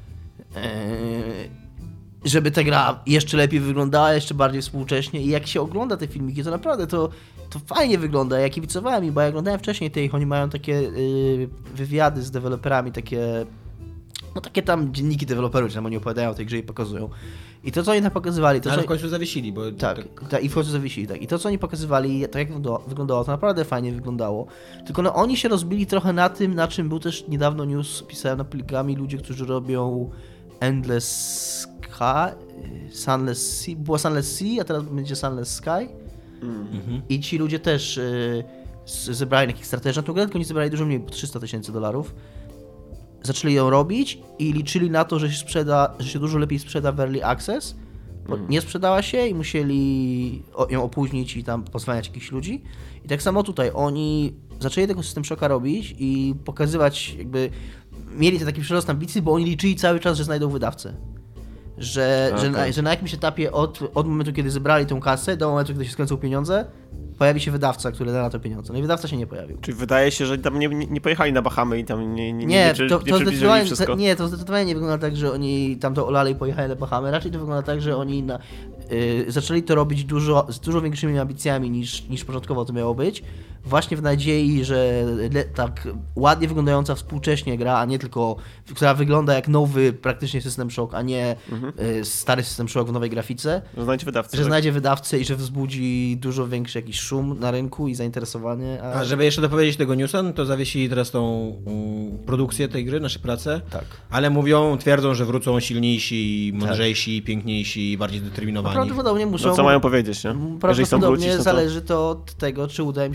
żeby ta gra jeszcze lepiej wyglądała, jeszcze bardziej współcześnie i jak się ogląda te filmiki, to naprawdę to fajnie wygląda. Ja kibicowałem im, bo ja oglądałem wcześniej oni mają takie wywiady z deweloperami, takie tam dzienniki deweloperów, tam oni opowiadają o tej grze i pokazują. I to, co oni tam pokazywali... Ale w końcu zawiesili, bo... Tak, i w końcu zawiesili, tak. I to, co oni pokazywali, tak jak wyglądało, to naprawdę fajnie wyglądało. Tylko oni się rozbili trochę na tym, na czym był też niedawno news, pisałem na Poligami, ludzie, którzy robią Endless Sky, Sunless Sea, było Sunless Sea, a teraz będzie Sunless Sky. Mm-hmm. I ci ludzie też zebrali na Kickstarterze na tą grę, tylko nie zebrali dużo mniej, bo $300,000. Zaczęli ją robić i liczyli na to, że się dużo lepiej sprzeda w Early Access, bo nie sprzedała się i musieli ją opóźnić i tam pozwaniać jakichś ludzi. I tak samo tutaj, oni zaczęli tego System Shocka robić i pokazywać, jakby mieli taki przyrost ambicji, bo oni liczyli cały czas, że znajdą wydawcę. Że na jakimś etapie od momentu, kiedy zebrali tą kasę, do momentu, kiedy się skończą pieniądze, pojawi się wydawca, który da na to pieniądze. No i wydawca się nie pojawił. Czyli wydaje się, że tam nie pojechali na Bahamy i tam nie przybliżyli wszystko. Nie, to zdecydowanie nie wygląda tak, że oni tam to olali i pojechali na Bahamy. Raczej to wygląda tak, że oni zaczęli to robić z dużo większymi ambicjami niż początkowo to miało być. Właśnie w nadziei, że tak ładnie wyglądająca współcześnie gra, a nie tylko, która wygląda jak nowy praktycznie System Shock, a nie stary System Shock w nowej grafice. Że znajdzie wydawcę i że wzbudzi dużo większy jakiś szum na rynku i zainteresowanie. A żeby jeszcze dopowiedzieć tego newsa, no to zawiesili teraz tą produkcję tej gry, nasze prace. Tak. Ale twierdzą, że wrócą silniejsi, mądrzejsi, piękniejsi, bardziej zdeterminowani. Prawdopodobnie muszą. No co mają powiedzieć, nie? Prawdopodobnie zależy to od tego, czy uda im się w końcu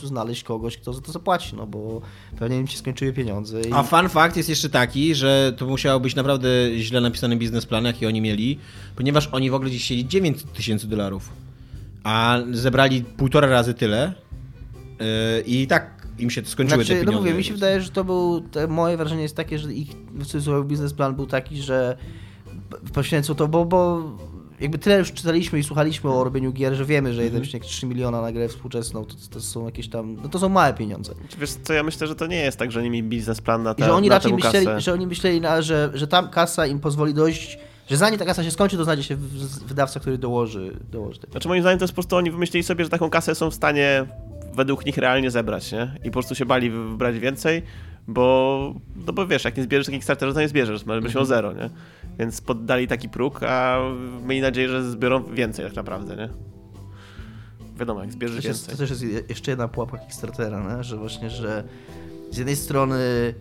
prostu znaleźć kogoś, kto za to zapłaci, no bo pewnie im się skończyły pieniądze. A fun fact jest jeszcze taki, że to musiał być naprawdę źle napisany biznesplan, jaki oni mieli, ponieważ oni w ogóle gdzieś chcieli $9,000, a zebrali 1,5 razy tyle i tak im się skończyły te pieniądze. No mówię, mi się wydaje, że to był, moje wrażenie jest takie, że ich biznesplan był taki, że poświęcą to, bo jakby tyle już czytaliśmy i słuchaliśmy o robieniu gier, że wiemy, że 1,3 miliona na grę współczesną to są jakieś tam, no to są małe pieniądze. Wiesz co, ja myślę, że to nie jest tak, że oni mieli biznesplan na tę kasę. Że oni raczej myśleli, że tam kasa im pozwoli dojść, że zanim ta kasa się skończy, to znajdzie się wydawca, który dołoży te. Znaczy moim zdaniem to jest po prostu oni wymyślili sobie, że taką kasę są w stanie według nich realnie zebrać, nie? I po prostu się bali wybrać więcej, bo wiesz, jak nie zbierzesz takich starterów, to nie zbierzesz, możesz miał 0, nie? Więc poddali taki próg, a mieli nadzieję, że zbiorą więcej tak naprawdę, nie? Wiadomo, jak zbierzesz więcej. To też jest jeszcze jedna pułapka Kickstartera, nie? Że właśnie, że z jednej strony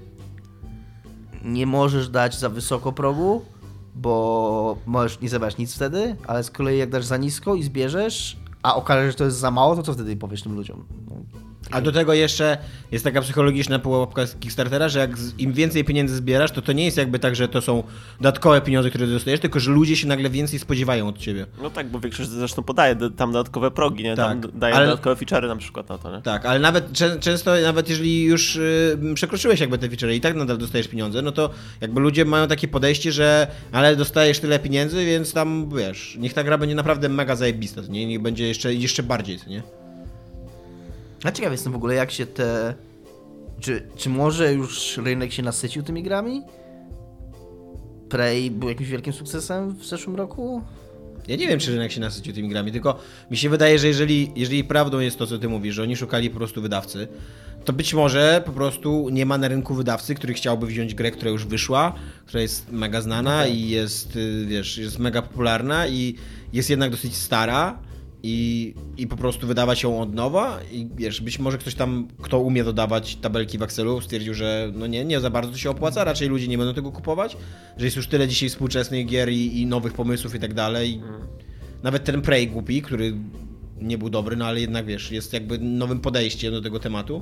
nie możesz dać za wysoko progu, bo możesz nie zebrać nic wtedy, ale z kolei jak dasz za nisko i zbierzesz, a okaże się, że to jest za mało, to co wtedy powiesz tym ludziom? No. A do tego jeszcze jest taka psychologiczna pułapka z Kickstartera, że jak im więcej pieniędzy zbierasz, to nie jest jakby tak, że to są dodatkowe pieniądze, które dostajesz, tylko że ludzie się nagle więcej spodziewają od ciebie. No tak, bo większość zresztą podaje tam dodatkowe progi, nie? Tak, Tam daje dodatkowe feature'y na przykład na to, nie? Tak, ale nawet często, nawet jeżeli już przekroczyłeś jakby te feature'y i tak nadal dostajesz pieniądze, no to jakby ludzie mają takie podejście, że ale dostajesz tyle pieniędzy, więc tam, wiesz, niech ta gra będzie naprawdę mega zajebista, nie? Niech będzie jeszcze bardziej, nie? A ciekaw jestem w ogóle, jak się czy może już rynek się nasycił tymi grami? Prey był jakimś wielkim sukcesem w zeszłym roku? Ja nie wiem, czy rynek się nasycił tymi grami, tylko mi się wydaje, że jeżeli prawdą jest to, co ty mówisz, że oni szukali po prostu wydawcy, to być może po prostu nie ma na rynku wydawcy, który chciałby wziąć grę, która już wyszła, która jest mega znana i jest, wiesz, jest mega popularna i jest jednak dosyć stara i po prostu wydawać ją od nowa i wiesz, być może ktoś tam, kto umie dodawać tabelki w Excelu, stwierdził, że no nie za bardzo to się opłaca, raczej ludzie nie będą tego kupować, że jest już tyle dzisiaj współczesnych gier i nowych pomysłów i tak dalej. Nawet ten Prey głupi, który nie był dobry, no ale jednak wiesz, jest jakby nowym podejściem do tego tematu.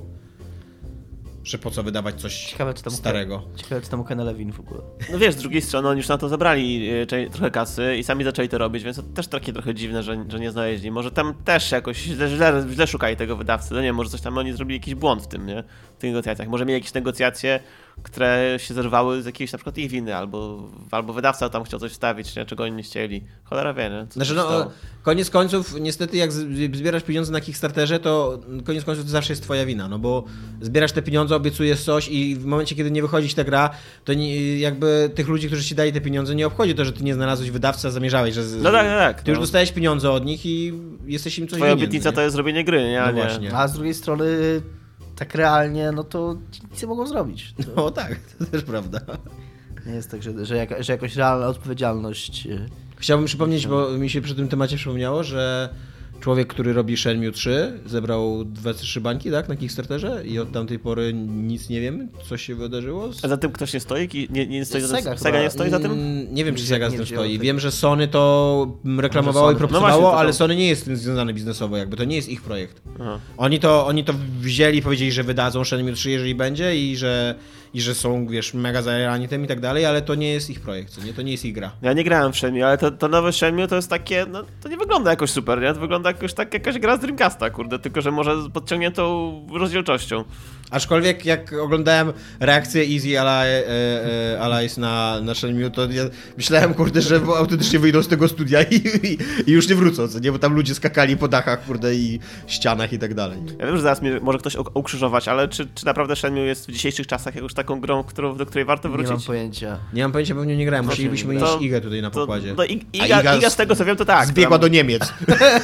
Że po co wydawać coś starego. Ciekawe, czy tam Ken Levine w ogóle. No wiesz, z drugiej strony oni już na to zabrali trochę kasy i sami zaczęli to robić, więc to też takie trochę dziwne, że nie znaleźli. Może tam też jakoś źle szukali tego wydawcy. No nie wiem, może coś tam oni zrobili jakiś błąd w tym, nie? W tych negocjacjach. Może mieli jakieś negocjacje, które się zerwały z jakiejś na przykład ich winy, albo wydawca tam chciał coś wstawić, nie? Czego oni nie chcieli. Cholera wie, nie? Znaczy, no, koniec końców, niestety jak zbierasz pieniądze na Kickstarterze, to koniec końców to zawsze jest twoja wina, no bo zbierasz te pieniądze, obiecujesz coś i w momencie, kiedy nie wychodzi ta gra, to jakby tych ludzi, którzy ci dali te pieniądze, nie obchodzi to, że ty nie znalazłeś wydawcy, a zamierzałeś, że no tak. Ty już dostajesz pieniądze od nich i jesteś im coś Twoja winien. obietnica to jest zrobienie gry, nie? No właśnie. A z drugiej strony tak realnie, no to nic nie mogą zrobić. No tak, to też prawda. Nie jest tak, że jakaś realna odpowiedzialność... Chciałbym przypomnieć, bo mi się przy tym temacie przypomniało, że człowiek, który robi Shenmue 3, zebrał 2-3 bańki, tak, na Kickstarterze i od tamtej pory nic nie wiem, co się wydarzyło. A za tym ktoś nie stoi? Nie stoi za tym? Sega nie stoi za tym? Nie wiem, czy Sega za tym stoi. Wiem, że Sony to reklamowało i proponowało, no właśnie, ale Sony nie jest z tym związane biznesowo, jakby to nie jest ich projekt. Aha. Oni to wzięli, powiedzieli, że wydadzą Shenmue 3, jeżeli będzie i że są, wiesz, mega zajarani tym i tak dalej, ale to nie jest ich projekt, nie? To nie jest ich gra. Ja nie grałem w Shenmue, ale to nowe Shenmue to jest takie, no to nie wygląda jakoś super, nie? To wygląda jakoś tak jakaś gra z Dreamcasta, kurde, tylko że może z podciągniętą rozdzielczością. Aczkolwiek jak oglądałem reakcję Easy Allies na Shenmue, to ja myślałem, kurde, że autentycznie wyjdą z tego studia i już nie wrócą, co nie? Bo tam ludzie skakali po dachach, kurde, i ścianach i tak dalej. Ja wiem, że zaraz mnie może ktoś ukrzyżować, ale czy naprawdę Shenmue jest w dzisiejszych czasach jakoś taką grą, do której warto wrócić? Nie mam pojęcia. Nie mam pojęcia, pewnie nie grałem. Musielibyśmy mieć Igę tutaj na pokładzie. Iga z tego co wiem, to tak. Zbiegła do Niemiec.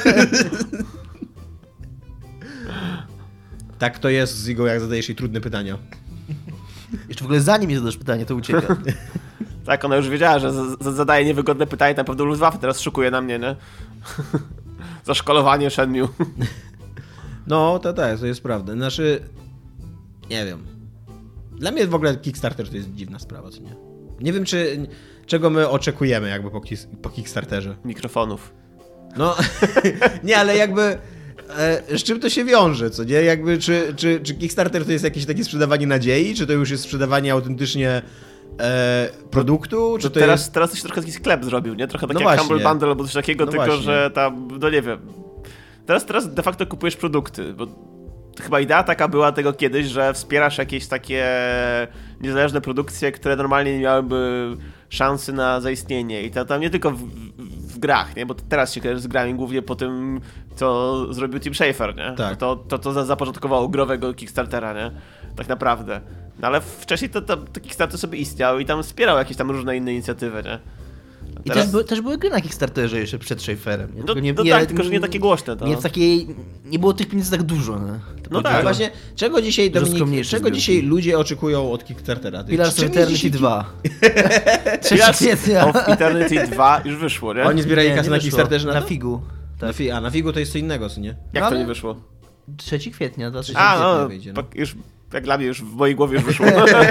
Tak to jest z Igą, jak zadajesz jej trudne pytania. Jeszcze w ogóle zanim mi zadasz pytanie, to ucieka. Tak, ona już wiedziała, że zadaje niewygodne pytanie, na pewno Luftwaffe teraz szukuje na mnie, nie? Za szkolowanie Shenmue. No, to jest prawda. Znaczy, nie wiem. Dla mnie w ogóle Kickstarter to jest dziwna sprawa, co nie? Nie wiem, czego my oczekujemy jakby po Kickstarterze. Mikrofonów. No, nie, ale jakby... z czym to się wiąże, co nie? Jakby, czy Kickstarter to jest jakieś takie sprzedawanie nadziei, czy to już jest sprzedawanie autentycznie produktu, czy to teraz, jest... teraz to się trochę taki sklep zrobił, nie? Trochę tak No jak właśnie. Humble Bundle albo coś takiego, No tylko właśnie. że tam, no nie wiem. Teraz de facto kupujesz produkty, bo chyba idea taka była tego kiedyś, że wspierasz jakieś takie niezależne produkcje, które normalnie nie miałyby szansy na zaistnienie. I to tam nie tylko w grach, nie? Bo teraz się kojarzy z grami głównie po tym, co zrobił Tim Schafer, nie? Tak. To zapoczątkowało growego Kickstartera, nie? Tak naprawdę. No ale wcześniej to Kickstarter sobie istniał i tam wspierał jakieś tam różne inne inicjatywy, nie? I też były gry na Kickstarterze jeszcze przed Schaferem. Nie? Tak, tylko że nie takie głośne. To. Nie było tych pieniędzy tak dużo. Nie? No tak. Ale właśnie, czego dzisiaj, Dominik, skromniejsze czego zbiorki. dzisiaj ludzie oczekują od Kickstartera? Pillars of Czym jest Eternity dzisiaj- 2. 3 Pillars kwietnia. of Eternity 2 już wyszło, nie? Oni zbierali kasę na wyszło. Kickstarterze na Na to? figu. Tak. Na Figu to jest co innego, co nie? Jak No to ale- nie wyszło? 3 kwietnia. 3 A, kwietnia no, wyjdzie, no. już, jak dla mnie już w mojej głowie już wyszło.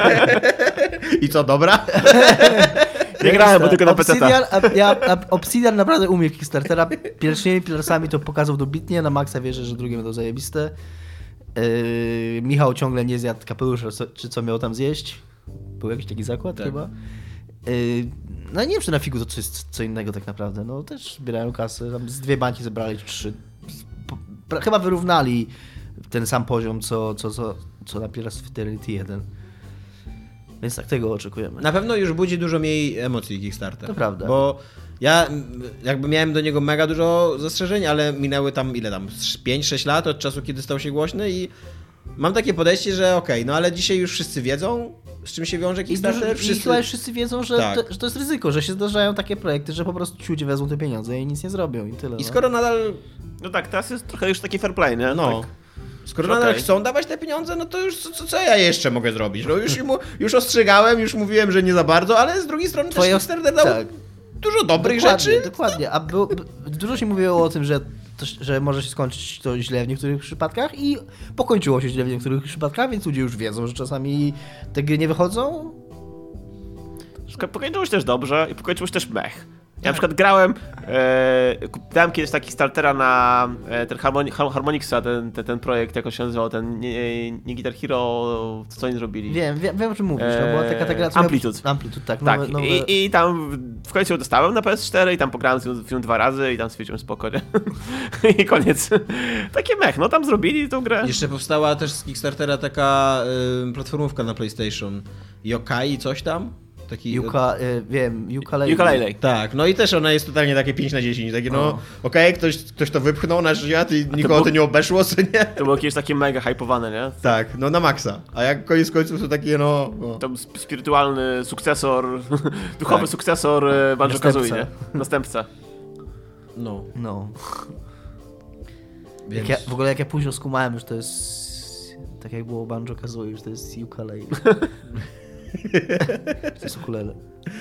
I co, dobra? Nie grałem, bo tylko na PC. Obsidian naprawdę umie Kickstartera. Pierwszymi Pillarsami to pokazał dobitnie, na maksa wierzę, że drugie będą zajebiste. Michał ciągle nie zjadł kapelusza, czy co miał tam zjeść. Był jakiś taki zakład Tak. chyba. No nie wiem, czy na figu to coś jest co innego tak naprawdę. No też zbierają kasy, tam z 2 bańki zebrali, czy 3. Chyba wyrównali ten sam poziom, co na Pillars of Eternity 1. Więc tak, tego oczekujemy. Na pewno już budzi dużo mniej emocji Kickstarter. To prawda. Bo ja jakby miałem do niego mega dużo zastrzeżeń, ale minęły tam 5-6 lat od czasu, kiedy stał się głośny i mam takie podejście, że okej, no ale dzisiaj już wszyscy wiedzą, z czym się wiąże Kickstarter. I chyba już wszyscy wiedzą, że, Tak. że to jest ryzyko, że się zdarzają takie projekty, że po prostu ci ludzie wezmą te pieniądze i nic nie zrobią i tyle. I skoro nadal, No tak, teraz jest trochę już taki fair play, nie? no, Tak. skoro Okej. nadal chcą dawać te pieniądze, no to już co ja jeszcze mogę zrobić? No już ostrzegałem, już mówiłem, że nie za bardzo, ale z drugiej strony też Kickstarter dał tak. dużo dobrych Dokładnie, rzeczy. Dokładnie, a dużo się mówiło o tym, że może się skończyć to źle w niektórych przypadkach i pokończyło się źle w niektórych przypadkach, więc ludzie już wiedzą, że czasami te gry nie wychodzą. Pokończyło się też dobrze i pokończyło się też mech. Ja na przykład grałem, dałem kiedyś taki startera na ten Harmonix'a, ten projekt, jak on się nazywał, ten nie Guitar Hero, co oni zrobili. Wiem o czym mówisz, no była taka gra... Amplitude. Amplitude, tak. Tak, Nowe... I tam w końcu dostałem na PS4 i tam pograłem film 2 razy i tam stwierdziłem spoko, nie? I koniec. Takie mech, no tam zrobili tą grę. Jeszcze powstała też z Kickstartera taka platformówka na PlayStation. Yokai coś tam? Taki... Ukulele. Tak, no i też ona jest totalnie takie 5/10, takie no okej, ktoś to wypchnął na świat i nikogo to nie obeszło, co nie? To było jakieś takie mega hypowane, nie? Tak, no na maksa. A jak koniec końców to takie no... Tam spirytualny sukcesor, duchowy Tak. sukcesor Banjo-Kazooie, nie? Następca. No. No. Więc... W ogóle jak ja późno skumałem, że to jest... Tak jak było Banjo-Kazooie, że to jest ukulele. To jest ukulele.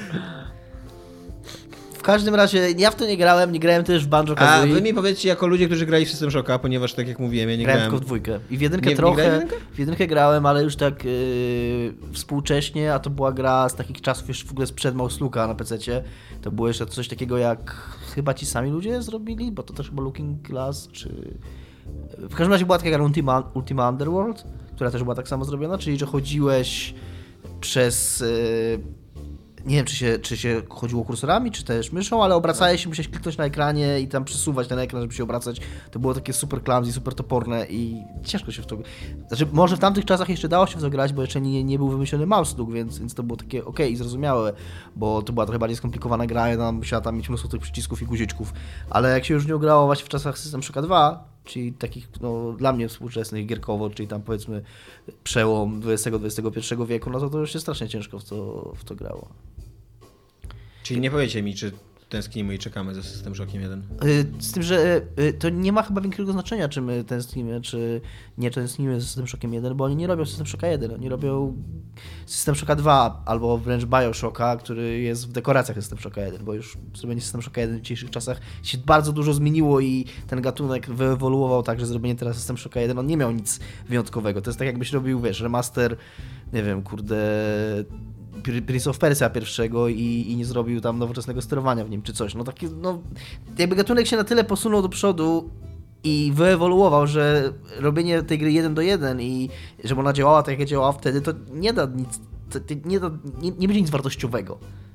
W każdym razie, ja w to nie grałem też w A Banjo-Kazooie. wy mi powiedzcie, jako ludzie, którzy grali w System Shocka, ponieważ tak jak mówiłem, ja nie Grałem grałem... tylko w dwójkę. I w jedynkę Nie trochę. grałeś w jedynkę? W jedynkę grałem, ale już tak współcześnie, a to była gra z takich czasów już w ogóle sprzed Mauslooka na PC-cie. To było jeszcze coś takiego jak chyba ci sami ludzie zrobili, bo to też chyba Looking Glass, czy... W każdym razie była taka gra Ultima Underworld, która też była tak samo zrobiona, czyli że chodziłeś przez... Nie wiem, czy się chodziło kursorami, czy też myszą, ale obracałeś się, musiałeś kliknąć na ekranie i tam przesuwać ten ekran, żeby się obracać. To było takie super clumsy, super toporne i ciężko się w to... Znaczy, może w tamtych czasach jeszcze dało się w to grać, bo jeszcze nie był wymyślony mouse look, więc to było takie okej, zrozumiałe, bo to była trochę bardziej skomplikowana gra, ja musiała tam mieć mnóstwo tych przycisków i guziczków. Ale jak się już nie grało właśnie w czasach System Shocka 2, czyli takich, no, dla mnie współczesnych gierkowo, czyli tam powiedzmy przełom XX-XXI wieku, no to już się strasznie ciężko w to grało. Czyli nie powiecie mi, czy tęsknimy i czekamy za System Shockiem 1? Z tym, że to nie ma chyba większego znaczenia, czy my tęsknimy, czy nie tęsknimy za System Shockiem 1, bo oni nie robią System Shocka 1, oni robią System Shocka 2, albo wręcz Bioshocka, który jest w dekoracjach System Shocka 1, bo już zrobienie System Shocka 1 w dzisiejszych czasach się bardzo dużo zmieniło i ten gatunek wyewoluował tak, że zrobienie teraz System Shocka 1, on nie miał nic wyjątkowego. To jest tak, jakbyś robił, wiesz, remaster, nie wiem, kurde... Prince of Persia pierwszego i nie zrobił tam nowoczesnego sterowania w nim, czy coś. No taki, no, jakby gatunek się na tyle posunął do przodu, i wyewoluował, że robienie tej gry 1-1 i żeby ona działała tak, jak działała wtedy, to nie da nic, nie będzie nic wartościowego.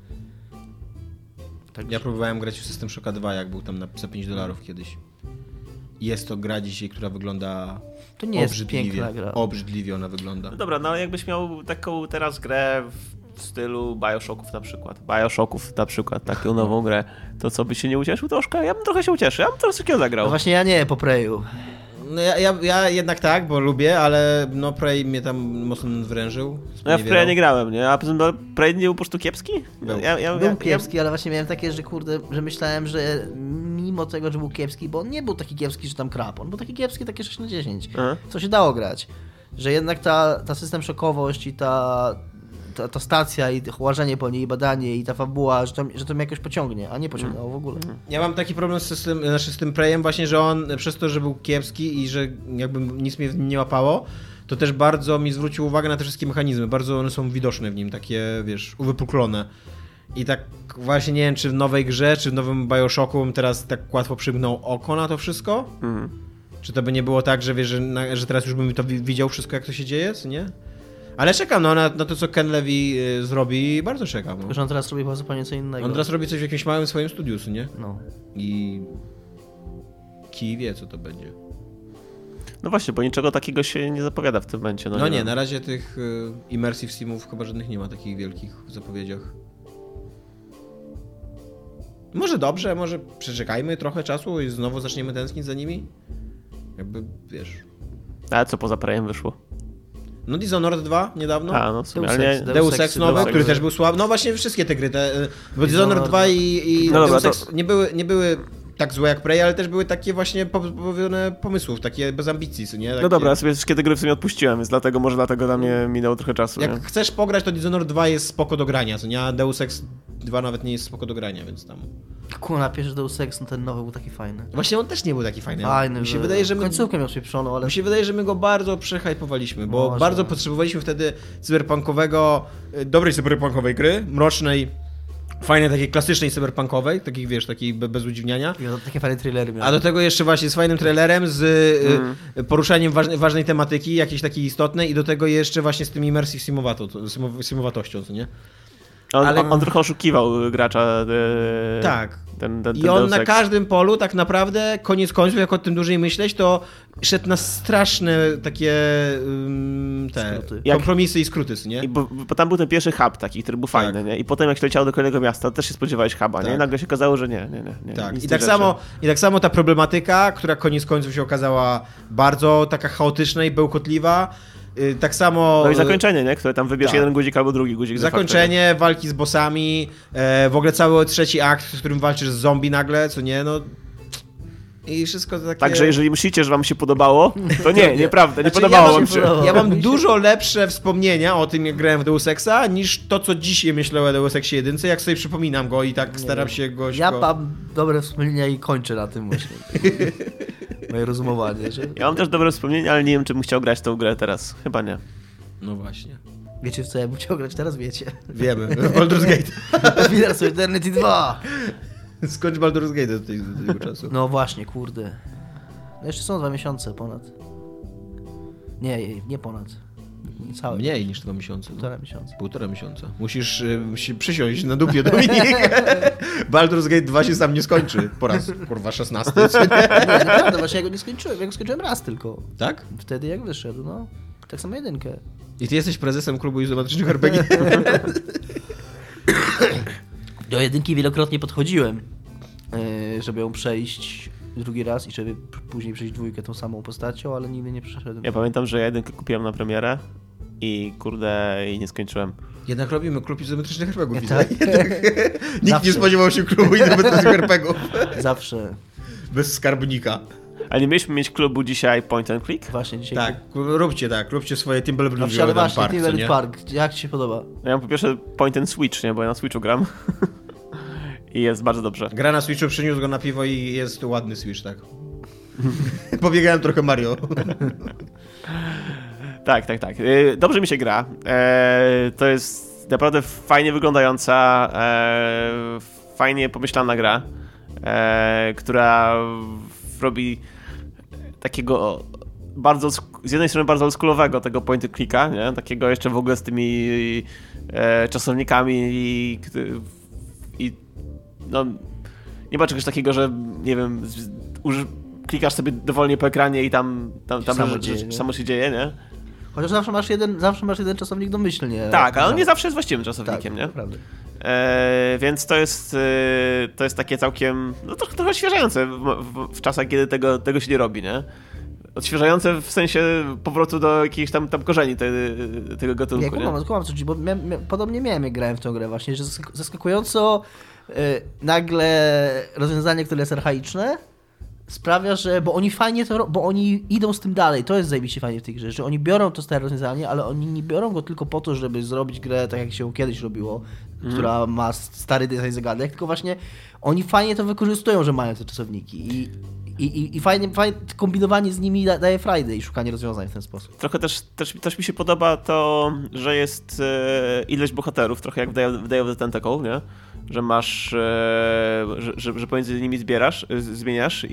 Tak. Ja próbowałem grać w System Shocka 2, jak był tam za $5 kiedyś. I jest to gra dzisiaj, która wygląda To nie jest piękna gra. Obrzydliwie ona wygląda. No dobra, no ale jakbyś miał taką teraz grę w stylu Bioshocków na przykład, taką nową grę, to co, byś się nie ucieszył troszkę? Ja bym trochę się ucieszył, ja bym trochę takiego zagrał. No właśnie ja nie, po Preju. No ja jednak tak, bo lubię, ale no Prey mnie tam mocno wrężył. No ja w Prey nie grałem, nie? A poza tym Prey nie był po prostu kiepski? Był. Był kiepski, ale właśnie miałem takie, że kurde, że myślałem, że mimo tego, że był kiepski, bo on nie był taki kiepski, że tam krap, on był taki kiepski, takie 6/10, co się dało grać. Że jednak ta system szokowość i ta stacja i łażenie po niej, i badanie i ta fabuła, że to mnie jakoś pociągnie, a nie pociągnęło w ogóle. Ja mam taki problem z tym Preyem właśnie, że on przez to, że był kiepski i że jakby nic mnie w nim nie łapało, to też bardzo mi zwrócił uwagę na te wszystkie mechanizmy. Bardzo one są widoczne w nim, takie wiesz, uwypuklone. I tak właśnie nie wiem, czy w nowej grze, czy w nowym Bioshocku bym teraz tak łatwo przymknął oko na to wszystko? Czy to by nie było tak, że wiesz, że teraz już bym to widział wszystko, jak to się dzieje, czy nie? Ale czekam na to, co Ken Levy zrobi, bardzo czekam. No. Że on teraz robi chyba zupełnie co innego. On teraz robi coś w jakimś małym swoim studiu, nie? No. I kij wie, co to będzie. No właśnie, bo niczego takiego się nie zapowiada w tym momencie. No nie, na razie tych Immersive Simów chyba żadnych nie ma takich wielkich w zapowiedziach. Może dobrze, może przeczekajmy trochę czasu i znowu zaczniemy tęsknić za nimi? Jakby, wiesz... A co poza Preyem wyszło? No Dishonored 2 niedawno. A, no w sumie, ale nie... Deus Ex nowy, który też był słaby. No właśnie wszystkie te gry, bo Dishonored 2 i no Deus dobra, Ex nie były tak złe jak Prey, ale też były takie właśnie pozbawione pomysłów, takie bez ambicji, nie? Takie... No dobra, ja sobie wszystkie te gry w sumie odpuściłem, więc dlatego dla mnie minęło trochę czasu. Jak nie? chcesz pograć, to Dishonored 2 jest spoko do grania, co nie? A Deus Ex 2 nawet nie jest spoko do grania, więc tam... Kurna, pierwszy Deus Ex, no ten nowy był taki fajny. Właśnie on też nie był taki fajny. Fajny, mi się wydaje, że końcówkę miał spieprzoną, ale... Mi się wydaje, że my go bardzo przehypowaliśmy, bo Może. bardzo potrzebowaliśmy wtedy dobrej cyberpunkowej gry, mrocznej, fajnej, takiej klasycznej cyberpunkowej, takich wiesz, takiej bez udziwniania. Takie fajne trailery miał. A do tego jeszcze właśnie z fajnym trailerem, z poruszaniem ważnej tematyki, jakiejś takiej istotnej i do tego jeszcze właśnie z tym immersive simowatością, co nie? On trochę oszukiwał gracza. Tak. Ten I on Deus na Ex. każdym polu tak naprawdę, koniec końców, jak o tym dłużej myśleć, to szedł na straszne takie kompromisy i skróty, nie? Bo tam był ten pierwszy hub taki, który był fajny, nie? I potem jak się leciało do kolejnego miasta, to też się spodziewałeś huba, nie? I nagle się okazało, że nie. Tak. I tak samo ta problematyka, która koniec końców się okazała bardzo taka chaotyczna i bełkotliwa. Tak samo... No i zakończenie, nie? Które tam wybierz jeden guzik albo drugi guzik. Zakończenie, walki z bossami, w ogóle cały trzeci akt, w którym walczysz z zombie nagle, co nie, no... I wszystko to takie... Także jeżeli myślicie, że wam się podobało, to nieprawda, nie Znaczy, podobało wam się. Ja mam dużo lepsze wspomnienia o tym, jak grałem w Deus Exa, niż to, co dzisiaj myślę o Deus Exie 1, jak sobie przypominam go i tak staram się go... Ja mam dobre wspomnienia i kończę na tym właśnie. Moje rozumowanie, że... Ja mam też dobre wspomnienia, ale nie wiem, czy bym chciał grać w tą grę teraz. Chyba nie. No właśnie. Wiecie w co ja bym chciał grać teraz? Wiecie. Wiemy. Baldur's Gate. Pillars of Eternity 2! Skończ Baldur's Gate do tego czasu. No właśnie, kurde. No jeszcze są 2 miesiące ponad. Nie ponad. Niecałe. Mniej niż 2 miesiące. 1,5 miesiąca. 1,5 miesiąca. Musisz przysiąść na dupie, Dominik. Baldur's Gate 2 się sam nie skończy. Po raz, kurwa, 16. Nie, naprawdę, właśnie ja go nie skończyłem. Ja go skończyłem raz tylko. Tak? Wtedy jak wyszedł, no. Tak samo jedynkę. I ty jesteś prezesem klubu izometrycznych RPG? Do jedynki wielokrotnie podchodziłem, żeby ją przejść drugi raz i żeby później przejść dwójkę tą samą postacią, ale nigdy nie przeszedłem. Ja pamiętam, że ja jedynkę kupiłem na premierę i kurde, i nie skończyłem. Jednak robimy klub izometrycznych RPGów. Tak. Nikt Zawsze. nie spodziewał się klubu izometrycznych RPGów. Zawsze. Bez skarbnika. Ale nie mieliśmy mieć klubu dzisiaj point and click? Właśnie dzisiaj. Tak, róbcie swoje Timberblue No wsiadę właśnie, Park, Timberlake Park. Jak ci się podoba? Ja mam po pierwsze point and switch, nie? Bo ja na Switchu gram. I jest bardzo dobrze. Gra na Switchu, przyniósł go na piwo i jest ładny Switch, tak. Pobiegałem trochę Mario. Tak. Dobrze mi się gra. To jest naprawdę fajnie wyglądająca, fajnie pomyślana gra, która robi takiego bardzo, z jednej strony bardzo oldschoolowego tego point and clicka, nie? Takiego jeszcze w ogóle z tymi czasownikami i no nie ma czegoś takiego, że nie wiem, klikasz sobie dowolnie po ekranie i tam samo się dzieje, nie? Chociaż zawsze masz jeden czasownik domyślnie. Tak, ale on nie zawsze jest właściwym czasownikiem, tak, nie? Prawda. Więc to jest takie całkiem, no trochę odświeżające w czasach, kiedy tego się nie robi, nie? Odświeżające w sensie powrotu do jakichś tam korzeni tego gatunku. Nie, kumam coś, bo podobnie miałem, jak grałem w tę grę właśnie, że zaskakująco nagle rozwiązanie, które jest archaiczne, sprawia, że, bo oni fajnie to bo oni idą z tym dalej, to jest zajebiście fajnie w tej grze, że oni biorą to stare rozwiązanie, ale oni nie biorą go tylko po to, żeby zrobić grę tak jak się kiedyś robiło, która ma stary design zagadek, tylko właśnie oni fajnie to wykorzystują, że mają te czasowniki i fajnie kombinowanie z nimi daje frajdę i szukanie rozwiązań w ten sposób. Trochę też mi się podoba to, że jest ilość bohaterów, trochę jak w Day of the Tentacle, nie? Że masz, że pomiędzy nimi zmieniasz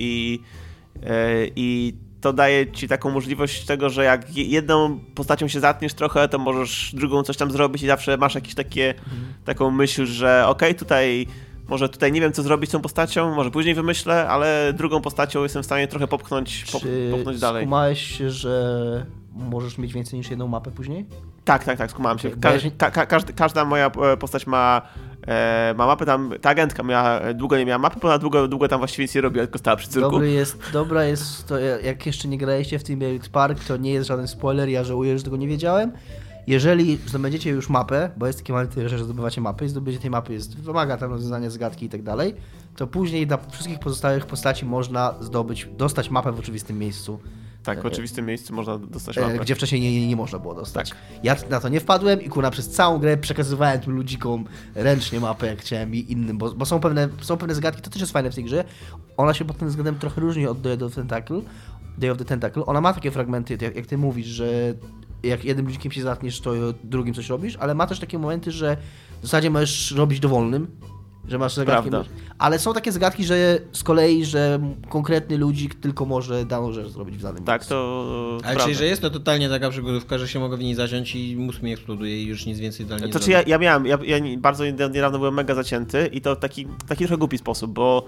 i to daje ci taką możliwość tego, że jak jedną postacią się zatniesz trochę, to możesz drugą coś tam zrobić i zawsze masz jakieś taką myśl, że okej, może tutaj nie wiem, co zrobić z tą postacią, może później wymyślę, ale drugą postacią jestem w stanie trochę popchnąć dalej. Skumałeś się, że możesz mieć więcej niż jedną mapę później? Tak, skumałem się. Każda moja postać ma mapę, tam ta agentka długo nie miała mapy, ponad długo tam właściwie nic nie robiła, tylko stała przy cyrku. Dobra jest to, jak jeszcze nie graliście w Team Elite Park, to nie jest żaden spoiler, ja żałuję, że tego nie wiedziałem. Jeżeli zdobędziecie już mapę, bo jest taki moment, że zdobywacie mapy i zdobycie tej mapy wymaga tam rozwiązania zagadki i tak dalej, to później dla wszystkich pozostałych postaci można dostać mapę w oczywistym miejscu. Tak, w oczywistym miejscu można dostać mapę. Gdzie wcześniej nie można było dostać. Tak. Ja na to nie wpadłem i przez całą grę przekazywałem tym ludzikom ręcznie mapę, jak chciałem i innym, bo są pewne zagadki, to też jest fajne w tej grze. Ona się pod tym względem trochę różni od Day of the Tentacle. Ona ma takie fragmenty, jak ty mówisz, że jak jednym ludzikiem się zatniesz, to drugim coś robisz, ale ma też takie momenty, że w zasadzie możesz robić dowolnym, że masz zagadki. Ale są takie zagadki, że z kolei, że konkretny ludzik tylko może daną rzecz zrobić w danym miejscu. To ale czyli, że jest to totalnie taka przygodówka, że się mogę w niej zaciąć i mózg mi eksploduje i już nic więcej dalej nie zrobię. Ja bardzo niedawno byłem mega zacięty i to w taki trochę głupi sposób, bo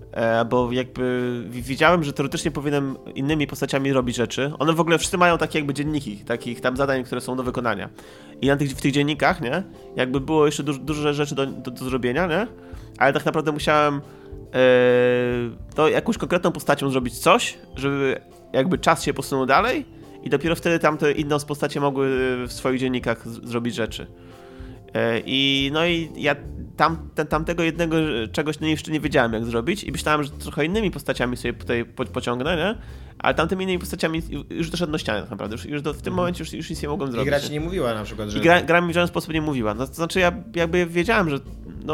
jakby widziałem, że teoretycznie powinienem innymi postaciami robić rzeczy. One w ogóle wszyscy mają takie jakby dzienniki, takich tam zadań, które są do wykonania. I w tych dziennikach, nie? Jakby było jeszcze dużo rzeczy do zrobienia, nie? Ale tak naprawdę musiałem to jakąś konkretną postacią zrobić coś, żeby jakby czas się posunął dalej i dopiero wtedy tamte inne postacie mogły w swoich dziennikach zrobić rzeczy. I ja tamtego jednego czegoś jeszcze nie wiedziałem, jak zrobić i myślałem, że trochę innymi postaciami sobie tutaj pociągnę, nie? Ale tamtymi innymi postaciami już doszedłem do ściany tak naprawdę. W tym momencie już nic nie mogłem zrobić. I gra ci nie mówiła na przykład, że... I gra mi w żaden sposób nie mówiła. No, to znaczy ja jakby wiedziałem, że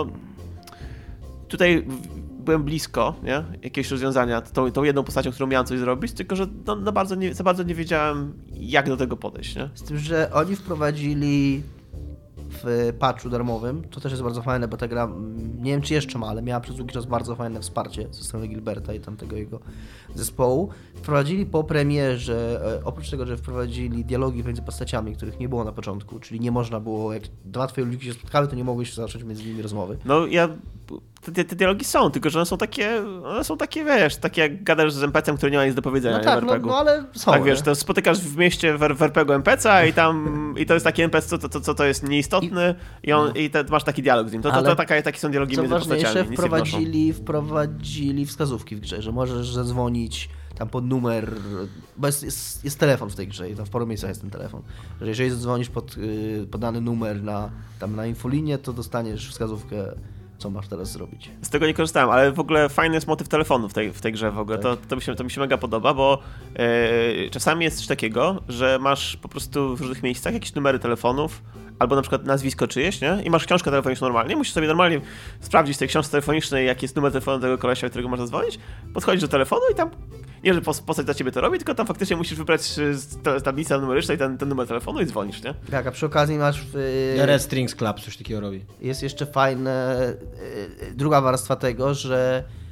tutaj byłem blisko, nie? Jakiegoś rozwiązania tą jedną postacią, którą miałem coś zrobić, tylko że za bardzo nie wiedziałem, jak do tego podejść, nie? Z tym, że oni wprowadzili w patchu darmowym, to też jest bardzo fajne, bo ta gra, nie wiem czy jeszcze ma, ale miała przez długi czas bardzo fajne wsparcie ze strony Gilberta i tamtego jego zespołu. Wprowadzili po premierze, oprócz tego, że wprowadzili dialogi między postaciami, których nie było na początku, czyli nie można było, jak dwa twoje ludziki się spotkały, to nie mogłeś zacząć między nimi rozmowy. No te dialogi są, tylko że one są takie, wiesz, takie jak gadasz z NPC-em, który nie ma nic do powiedzenia. No tak, no ale są. Tak, wiesz, to spotykasz w mieście w RPG NPC-a i to jest taki NPC, co to jest nieistotny i masz taki dialog z nim. Takie są dialogi między postaciami. Wprowadzili wskazówki w grze, że możesz zadzwonić tam pod numer, bo jest telefon w tej grze i tam w paru miejscach jest ten telefon, że jeżeli zadzwonisz pod dany numer na infolinię, to dostaniesz wskazówkę, co masz teraz zrobić. Z tego nie korzystałem, ale w ogóle fajny jest motyw telefonu w tej grze w ogóle. Tak. To mi się mega podoba, bo czasami jest coś takiego, że masz po prostu w różnych miejscach jakieś numery telefonów, albo na przykład nazwisko czyjeś, nie? I masz książkę telefoniczną normalnie, musisz sobie normalnie sprawdzić w tej książce telefonicznej, jaki jest numer telefonu tego kolesia, którego można zadzwonić, podchodzisz do telefonu i tam, nie że postać za ciebie to robi, tylko tam faktycznie musisz wybrać z tablicy numerycznej ten numer telefonu i dzwonisz, nie? Tak, a przy okazji masz... Red Strings Club coś takiego robi. Jest jeszcze fajne, druga warstwa tego, że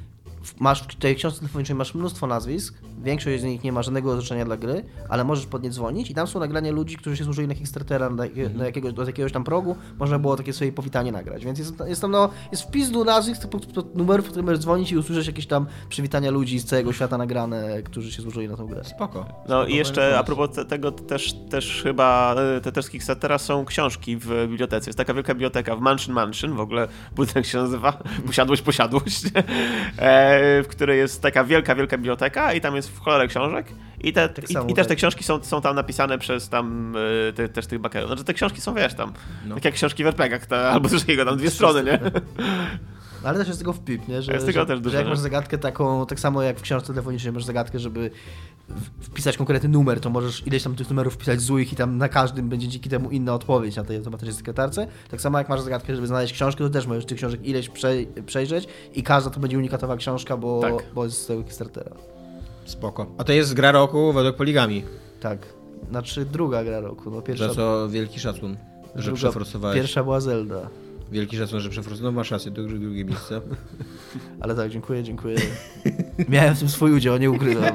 masz w tej książce telefonicznej masz mnóstwo nazwisk, większość z nich nie ma żadnego znaczenia dla gry, ale możesz pod nie dzwonić i tam są nagrania ludzi, którzy się złożyli na Kickstartera do jakiegoś tam progu, można było takie swoje powitanie nagrać, więc jest tam jest wpis do nazwisk, numerów, w którym możesz dzwonić i usłyszeć jakieś tam przywitania ludzi z całego świata nagrane, którzy się złożyli na tą grę. Spoko. No i jeszcze a propos tego też chyba też z Kickstartera są książki w bibliotece. Jest taka wielka biblioteka w Mansion, w ogóle budynek się nazywa Posiadłość, w której jest taka wielka biblioteka i tam jest w cholerę książek i też te książki są tam napisane przez tam też tych bakerów. Znaczy te książki są, wiesz, tam tak jak książki w RPGach, albo coś takiego, tam 2 strony, nie? Ale też jest tego wpip, nie? Że jak masz zagadkę taką, tak samo jak w książce telefonicznej masz zagadkę, żeby wpisać konkretny numer, to możesz ileś tam tych numerów wpisać złych i tam na każdym będzie dzięki temu inna odpowiedź na tej automatycznej sekretarce. Tak samo jak masz zagadkę, żeby znaleźć książkę, to też możesz tych książek ileś przejrzeć i każda to będzie unikatowa książka, bo jest z tego Kickstartera. Spoko. A to jest gra roku według Poligami. Tak. Znaczy druga gra roku. No, pierwsza, za co wielki szacun, że przeforsowałeś. Pierwsza była Zelda. Wielki szacun, że przeforsowałeś. No masz rację, drugie miejsce. Ale tak, dziękuję. Miałem w tym swój udział, nie ukrywam.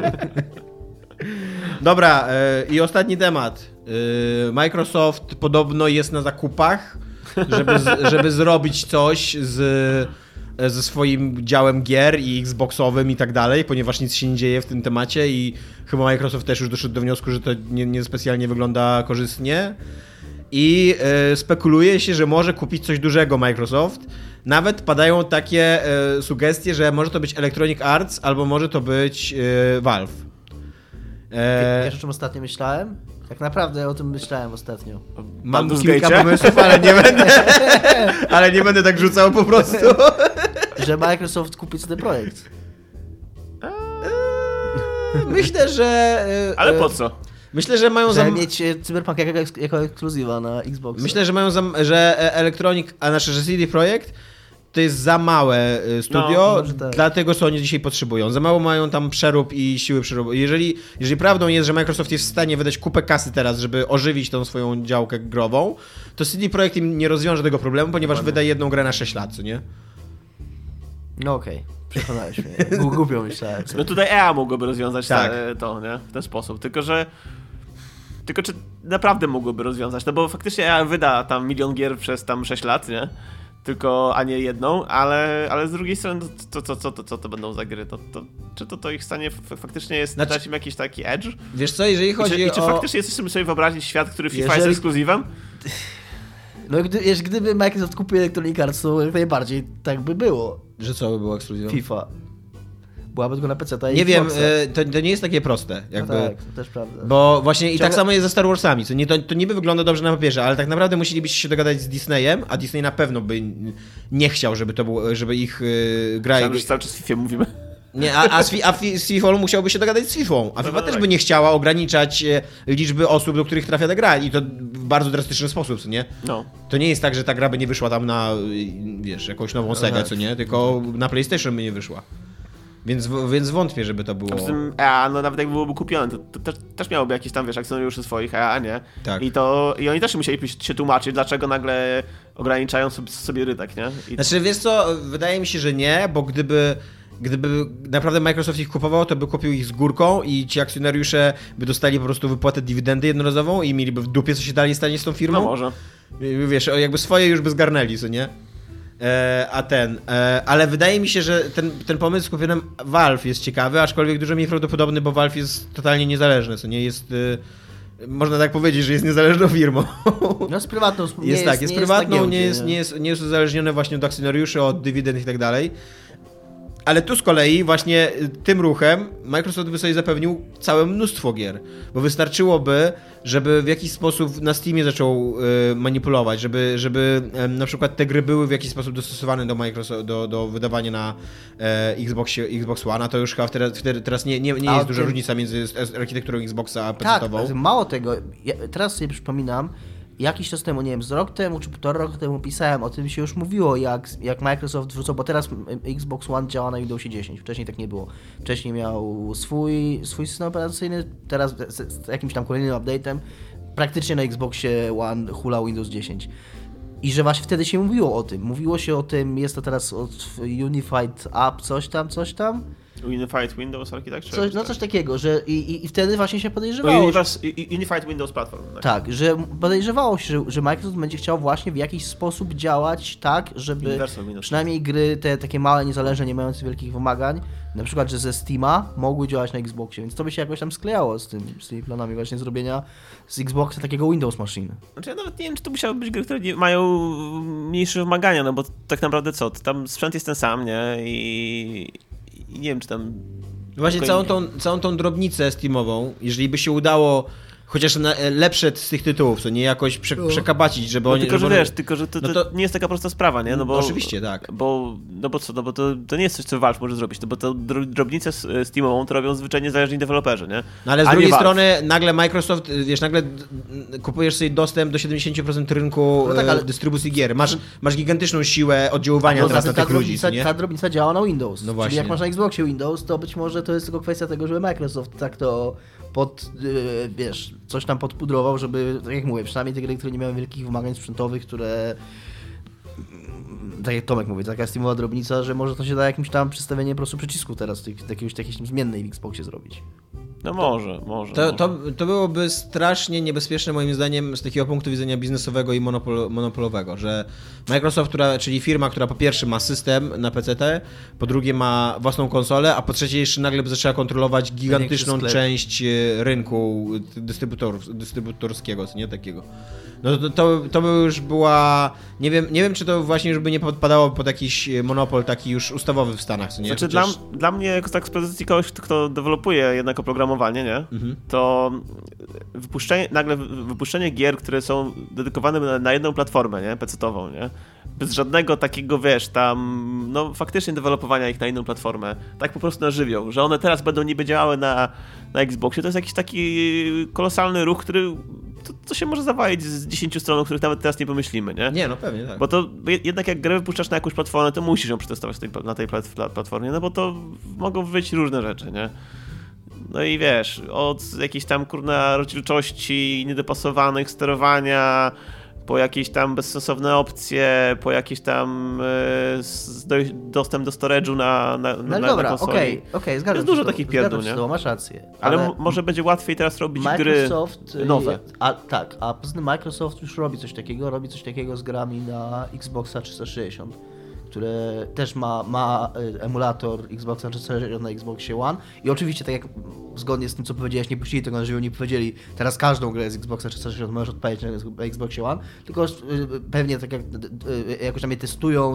Dobra, i ostatni temat. Microsoft podobno jest na zakupach, żeby zrobić coś ze swoim działem gier i Xboxowym i tak dalej, ponieważ nic się nie dzieje w tym temacie i chyba Microsoft też już doszedł do wniosku, że to nie specjalnie wygląda korzystnie. I spekuluje się, że może kupić coś dużego Microsoft. Nawet padają takie sugestie, że może to być Electronic Arts albo może to być Valve. Wiesz, o czym ostatnio myślałem? Tak naprawdę o tym myślałem ostatnio. Mam kilka pomysłów, ale nie będę tak rzucał po prostu. Że Microsoft kupi CD Projekt. Myślę, że... Ale po co? Myślę, że mają mieć Cyberpunk jako ekskluzywa na Xbox. Myślę, że że Electronic, że CD Projekt to jest za małe studio, tak. Dlatego co oni dzisiaj potrzebują. Za mało mają tam przerób i siły przerobu. Jeżeli prawdą jest, że Microsoft jest w stanie wydać kupę kasy teraz, żeby ożywić tą swoją działkę grową, to CD Projekt im nie rozwiąże tego problemu, ponieważ wyda jedną grę na 6 lat, co nie? No okej. Przekonałeś mnie. Głupio myślałem. No tutaj EA mogłoby rozwiązać tak. to, nie? W ten sposób. Tylko czy naprawdę mogłoby rozwiązać? No bo faktycznie EA wyda tam 1 000 000 gier przez tam 6 lat, nie? A nie jedną, ale z drugiej strony co to będą za gry? Czy to ich w stanie faktycznie jest dać im jakiś taki edge? Wiesz co, jeżeli chodzi czy faktycznie jesteśmy sobie wyobrazić świat, który FIFA jest ekskluzywem? No gdyby Microsoft kupił Electronic Arts, to jak najbardziej tak by było. Że co by było ekskluzywem? FIFA. Byłaby tylko na PC. Nie wiem, to nie jest takie proste. Jakby, no tak, to też prawda. Bo właśnie i tak samo jest ze Star Warsami. To niby wygląda dobrze na papierze, ale tak naprawdę musielibyście się dogadać z Disneyem, a Disney na pewno by nie chciał, żeby ich gra... Myślałem, że cały czas w FIFA mówimy. Nie, z FIFA musiałby się dogadać z FIFA, a FIFA też by nie chciała ograniczać liczby osób, do których trafia ta gra i to w bardzo drastyczny sposób, co nie? No. To nie jest tak, że ta gra by nie wyszła tam na, wiesz, jakąś nową Sega, co nie? Tylko na PlayStation by nie wyszła. Więc wątpię, żeby to było... A przy tym EA, no nawet jak byłoby kupione, to też miałoby jakieś tam, wiesz, akcjonariuszy swoich EA, nie? Tak. I oni też musieli się tłumaczyć, dlaczego nagle ograniczają sobie rynek, nie? Znaczy, wiesz co, wydaje mi się, że nie, bo gdyby naprawdę Microsoft ich kupował, to by kupił ich z górką i ci akcjonariusze by dostali po prostu wypłatę dywidendy jednorazową i mieliby w dupie, co się dalej stanie z tą firmą. No może. Wiesz, jakby swoje już by zgarnęli, co nie? Ale wydaje mi się, że ten pomysł z kupionym Valve jest ciekawy, aczkolwiek dużo mniej prawdopodobny, bo Valve jest totalnie niezależny, co nie jest... Można tak powiedzieć, że jest niezależną firmą. No jest prywatną. Jest prywatną, nie jest uzależnione właśnie od akcjonariuszy, od dywidend i tak dalej. Ale tu z kolei właśnie tym ruchem Microsoft by sobie zapewnił całe mnóstwo gier, bo wystarczyłoby, żeby w jakiś sposób na Steamie zaczął manipulować, żeby na przykład te gry były w jakiś sposób dostosowane do Microsoft, do wydawania na Xbox One, a to już chyba teraz nie jest duża różnica między architekturą Xboxa a PC-ową. Tak, mało tego, teraz sobie przypominam, jakiś czas temu, nie wiem, z rok temu czy 1,5 roku temu pisałem, o tym się już mówiło, jak Microsoft wrzucał, bo teraz Xbox One działa na Windowsie 10, wcześniej tak nie było. Wcześniej miał swój system operacyjny, teraz z jakimś tam kolejnym update'em praktycznie na Xboxie One hulał Windows 10. I że właśnie wtedy się mówiło o tym. Mówiło się o tym, jest to teraz od Unified App, coś tam. Unified Windows Architecture? Coś takiego, że i wtedy właśnie się podejrzewało. Unified Windows Platform. Tak, że podejrzewało się, że Microsoft będzie chciał właśnie w jakiś sposób działać tak, żeby przynajmniej gry te takie małe, niezależne, nie mające wielkich wymagań, na przykład, że ze Steama mogły działać na Xboxie, więc to by się jakoś tam sklejało z tymi planami właśnie zrobienia z Xboxa takiego Windows Machine. Znaczy ja nawet nie wiem, czy to musiały być gry, które mają mniejsze wymagania, no bo tak naprawdę co, tam sprzęt jest ten sam, nie? I nie wiem, czy tam... Właśnie całą tą drobnicę Steamową, jeżeli by się udało chociaż lepsze z tych tytułów, co nie jakoś przekabacić, żeby oni... Tylko, że to nie jest taka prosta sprawa, nie? No bo, oczywiście, tak. Bo to nie jest coś, co Valve może zrobić, no bo to drobnicę Steamową to robią zwyczajnie niezależni deweloperzy, nie? No ale z drugiej strony nagle Microsoft, wiesz, nagle kupujesz sobie dostęp do 70% rynku dystrybucji gier. Masz gigantyczną siłę oddziaływania teraz na tych ludzi, nie? Ta drobnica działa na Windows. No właśnie. Czyli jak masz na Xboxie Windows, to być może to jest tylko kwestia tego, żeby Microsoft tak to wiesz, coś tam podpudrował, żeby, tak jak mówię, przynajmniej te gry, które nie mają wielkich wymagań sprzętowych, które, tak jak Tomek mówi, taka Steamowa drobnica, że może to się da jakimś tam przedstawieniem po prostu przycisku teraz jakiejś zmiennej w Xboxie zrobić. No może. To byłoby strasznie niebezpieczne moim zdaniem z takiego punktu widzenia biznesowego i monopolowego, że Microsoft, czyli firma, która po pierwsze ma system na PC, po drugie ma własną konsolę, a po trzecie jeszcze nagle by zaczęła kontrolować gigantyczną część rynku dystrybutorskiego, co nie takiego. No to by już była... Nie wiem, czy to właśnie już by nie podpadało pod jakiś monopol taki już ustawowy w Stanach, co nie? Znaczy dla mnie, jako tak z pozycji kogoś, kto dewelopuje jednak oprogramowanie, nie? To wypuszczenie gier, które są dedykowane na jedną platformę, nie? PC-tową, nie? Bez żadnego takiego, wiesz, tam, no faktycznie dewelopowania ich na inną platformę. Tak po prostu na żywioł, że one teraz będą niby działały na Xboxie, to jest jakiś taki kolosalny ruch, który to się może zawalić z 10 stron, o których nawet teraz nie pomyślimy, nie? Nie, no pewnie tak. Bo to jednak jak grę wypuszczasz na jakąś platformę, to musisz ją przetestować na tej platformie, no bo to mogą być różne rzeczy, nie? No i wiesz, od jakiejś tam rozdzielczości, niedopasowanych sterowania, po jakieś tam bezsensowne opcje, po jakieś tam dostęp do storage'u na konsoli. Okej, zgadzam się. Jest dużo takich pierdół, nie? Masz rację. Ale może będzie łatwiej teraz robić Microsoft, gry nowe. A poza tym Microsoft już robi coś takiego z grami na Xboxa 360. Które też ma emulator Xboxa 360 na Xboxie One i oczywiście tak jak zgodnie z tym co powiedziałeś, nie puścili tego na żywo, nie powiedzieli teraz każdą grę z Xboxa 360 możesz odpalić na Xboxie One, tylko pewnie tak jak jakoś tam je testują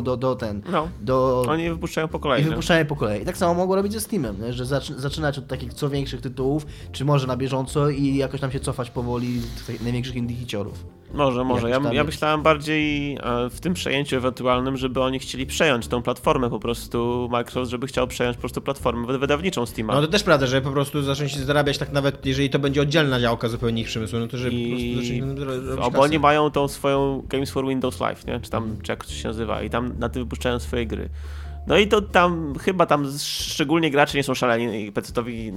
Oni je wypuszczają po kolei. I tak samo mogą robić ze Steamem, nie? Że zaczynać od takich co większych tytułów, czy może na bieżąco i jakoś tam się cofać powoli do tych największych indie hiciorów. Może. Ja myślałem bardziej w tym przejęciu ewentualnym, żeby oni chcieli przejąć tą platformę po prostu, Microsoft, żeby chciał przejąć po prostu platformę wydawniczą Steama. No to też prawda, że po prostu zacząć się zarabiać tak nawet, jeżeli to będzie oddzielna działka zupełnie ich przemysłu, no to że po prostu zacznie robić bo oni mają tą swoją Games for Windows Live, nie? Czy tam, czy jak to się nazywa, i tam na tym wypuszczają swoje gry. No i to tam, chyba tam szczególnie gracze nie są szaleni PC-towi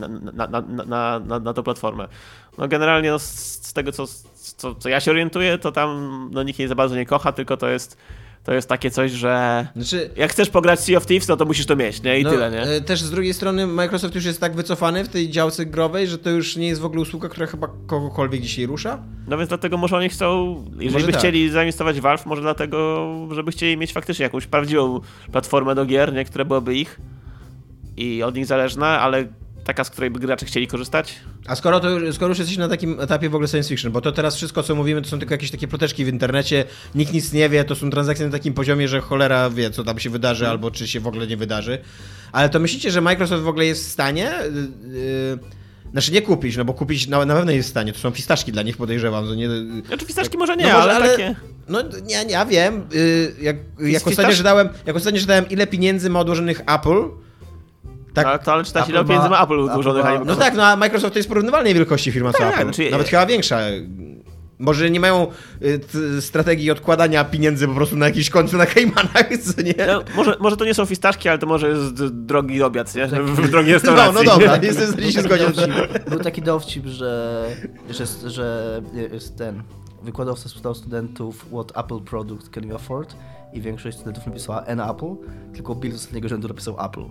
na tą platformę. No generalnie no, z tego, co ja się orientuję, to tam no, nikt jej za bardzo nie kocha, tylko to jest takie coś, że jak chcesz pograć Sea of Thieves, no to musisz to mieć, nie? I tyle, nie? Też z drugiej strony Microsoft już jest tak wycofany w tej działce growej, że to już nie jest w ogóle usługa, która chyba kogokolwiek dzisiaj rusza. No więc dlatego może oni chcą, jeżeli by chcieli zainwestować w Valve, może dlatego, żeby chcieli mieć faktycznie jakąś prawdziwą platformę do gier, nie? Która byłaby ich i od nich zależna, ale taka, z której by gracze chcieli korzystać. A skoro już jesteś na takim etapie w ogóle science fiction, bo to teraz wszystko, co mówimy, to są tylko jakieś takie ploteczki w internecie, nikt nic nie wie, to są transakcje na takim poziomie, że cholera wie, co tam się wydarzy, albo czy się w ogóle nie wydarzy. Ale to myślicie, że Microsoft w ogóle jest w stanie... Znaczy nie kupić, no bo kupić na pewno jest w stanie, to są fistaszki dla nich, podejrzewam. To nie... Znaczy fistaszki może nie, ale takie... No ja wiem, jak ostatnio czytałem, ile pieniędzy ma odłożonych Apple. Tak, ale czytać ile pieniędzy ma Apple odłożonych, a nie No tak, no a Microsoft to jest porównywalnej wielkości firma co Apple. Znaczy... Nawet chyba większa. Może nie mają strategii odkładania pieniędzy po prostu na jakiś konto na Caymanach, co nie? No, może to nie są fistaszki, ale to może jest drogi obiad, nie? W drogiej restauracji. No dobra, jestem się zgodził. Był taki dowcip, że ten... wykładowca spytał studentów what Apple product can you afford i większość studentów napisała an Apple, tylko Bill z ostatniego rzędu napisał Apple.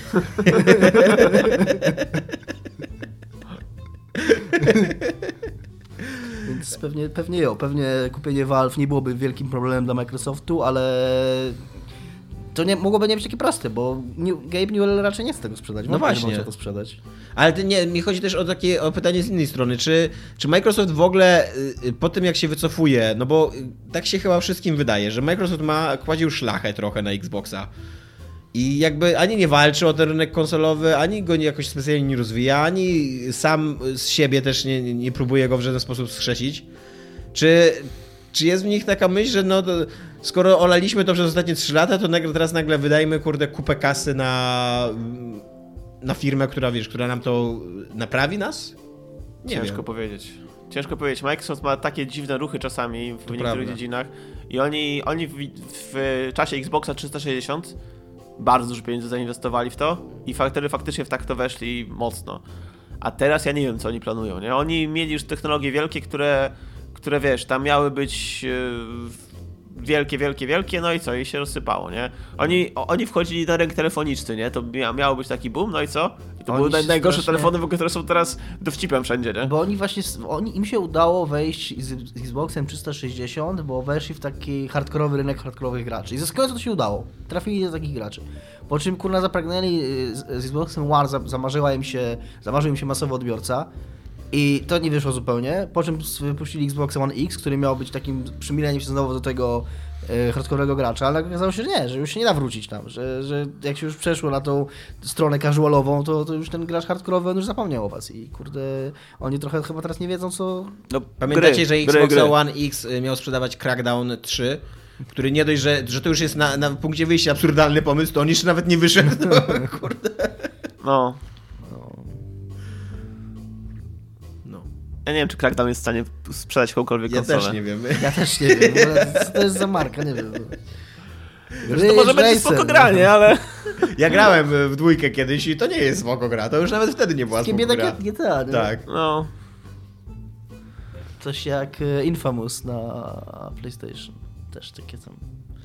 Więc pewnie kupienie Valve nie byłoby wielkim problemem dla Microsoftu, ale to mogłoby nie być takie proste, bo Gabe Newell raczej nie chce tego sprzedać. No właśnie. Może to sprzedać. Ale mi chodzi też o pytanie z innej strony. Czy Microsoft w ogóle po tym, jak się wycofuje, no bo tak się chyba wszystkim wydaje, że Microsoft kładzie już szlachę trochę na Xboxa. I jakby ani nie walczy o ten rynek konsolowy, ani go jakoś specjalnie nie rozwija, ani sam z siebie też nie próbuje go w żaden sposób skrzesić. Czy jest w nich taka myśl, że no to, skoro olaliśmy to przez ostatnie 3 lata, to teraz nagle wydajmy kupę kasy na firmę, która nam to naprawi nas? Ciężko powiedzieć. Ciężko powiedzieć. Microsoft ma takie dziwne ruchy czasami w niektórych dziedzinach i oni w czasie Xboxa 360 bardzo dużo pieniędzy zainwestowali w to i wtedy faktycznie w tak to weszli mocno. A teraz ja nie wiem, co oni planują, nie? Oni mieli już technologie wielkie, które wiesz, tam miały być wielkie, no i co? I się rozsypało, nie? Oni wchodzili na rynek telefoniczny, nie? To miał być taki boom, no i co? I to były najgorsze telefony, które są teraz dowcipem wszędzie, nie? Bo im się udało wejść z Xboxem 360, bo weszli w taki hardkorowy rynek hardkorowych graczy. I zaskakująco to się udało. Trafili do takich graczy. Po czym kurna zapragnęli z Xboxem One, zamarzył im się masowy odbiorca. I to nie wyszło zupełnie, po czym wypuścili Xbox One X, który miał być takim przymileniem się znowu do tego hardkorowego gracza, ale okazało się, że nie, że już się nie da wrócić tam, że jak się już przeszło na tą stronę casualową, to już ten gracz hardkorowy, on już zapomniał o was i kurde, oni trochę chyba teraz nie wiedzą, co... No, pamiętacie, że Xbox One X miał sprzedawać Crackdown 3? Który nie dość, że to już jest na punkcie wyjścia absurdalny pomysł, to on jeszcze nawet nie wyszedł, kurde. No. Ja nie wiem, czy Crackdown jest w stanie sprzedać jakąkolwiek konsolę. Ja też nie wiem. Ja też nie wiem, co to jest za marka, nie wiem. To może będzie spoko gra, nie? Ale... Ja grałem w 2 kiedyś i to nie jest spoko gra, to już nawet wtedy nie była spoko gra. GTA, nie? Tak. No. Coś jak Infamous na PlayStation. Też takie tam...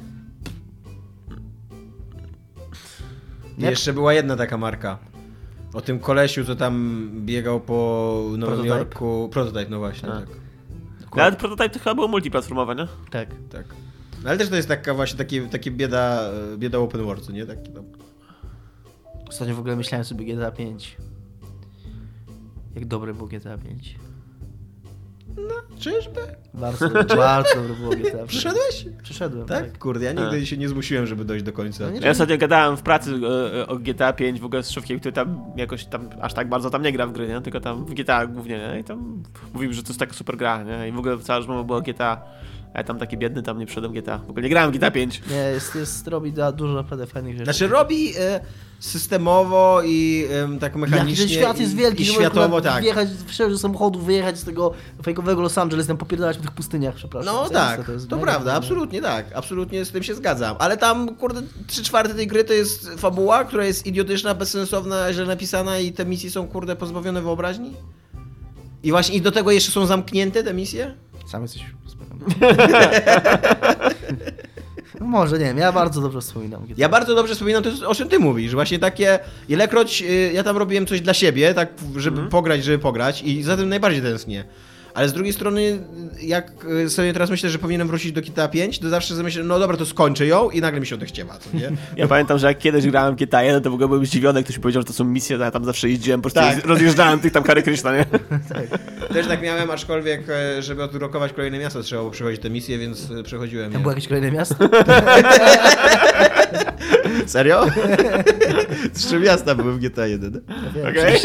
Jeszcze była jedna taka marka. O tym kolesiu, co tam biegał po Nowym Jorku. Prototype, no właśnie, tak. Nawet Prototype to chyba było multiplatformowe, nie? Tak. No ale też to jest taka właśnie takie bieda open world, nie? Taki tam. Ostatnio w ogóle myślałem sobie GTA 5. Jak dobre było GTA 5. No, czyżby? Bardzo dobre było GTA 5. Przyszedłeś? Przyszedłem, tak. Kurde, ja nigdy się nie zmusiłem, żeby dojść do końca. No ja ostatnio gadałem w pracy o GTA 5 w ogóle z Szewkiem, który tam jakoś tam aż tak bardzo tam nie gra w gry, nie? Tylko tam w GTA głównie, nie? I tam mówił, że to jest tak super gra, nie? I w ogóle cała rozmowa była o GTA. A ja tam taki biedny, tam nie przyszedłem GTA. W ogóle nie grałem w GTA 5. Nie, robi dużo naprawdę fajnych rzeczy. Znaczy robi systemowo i tak mechanicznie. Ten świat jest wielki, i światowo, tak. Wjechać z samochodu, wyjechać z tego fejkowego Los Angeles, tam popierdalać po tych pustyniach, przepraszam. No tak, to prawda, absolutnie tak. Absolutnie z tym się zgadzam. Ale tam, kurde, 3/4 tej gry to jest fabuła, która jest idiotyczna, bezsensowna, źle napisana i te misje są, kurde, pozbawione wyobraźni. I właśnie i do tego jeszcze są zamknięte te misje? Sam jesteś Może, nie wiem, ja bardzo dobrze wspominam. Ja bardzo dobrze wspominam to, o czym ty mówisz, że właśnie takie, ilekroć ja tam robiłem coś dla siebie, tak, żeby pograć i za tym najbardziej tęsknię. Ale z drugiej strony, jak sobie teraz myślę, że powinienem wrócić do GTA 5, to zawsze sobie myślę, no dobra, to skończę ją i nagle mi się odechciewa, co nie? Ja pamiętam, że jak kiedyś grałem w GTA 1, to w ogóle byłem zdziwiony, ktoś mi powiedział, że to są misje, to ja tam zawsze jeździłem, po prostu rozjeżdżałem tych tam Hare Krishna, nie? Też tak miałem, aczkolwiek, żeby odblokować kolejne miasto, trzeba było przechodzić te misje, więc przechodziłem. Tam było jakieś kolejne miasto? Serio? 3 miasta były w GTA 1. Okej.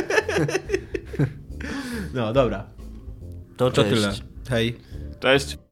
No, dobra. To tyle. Hej. Cześć.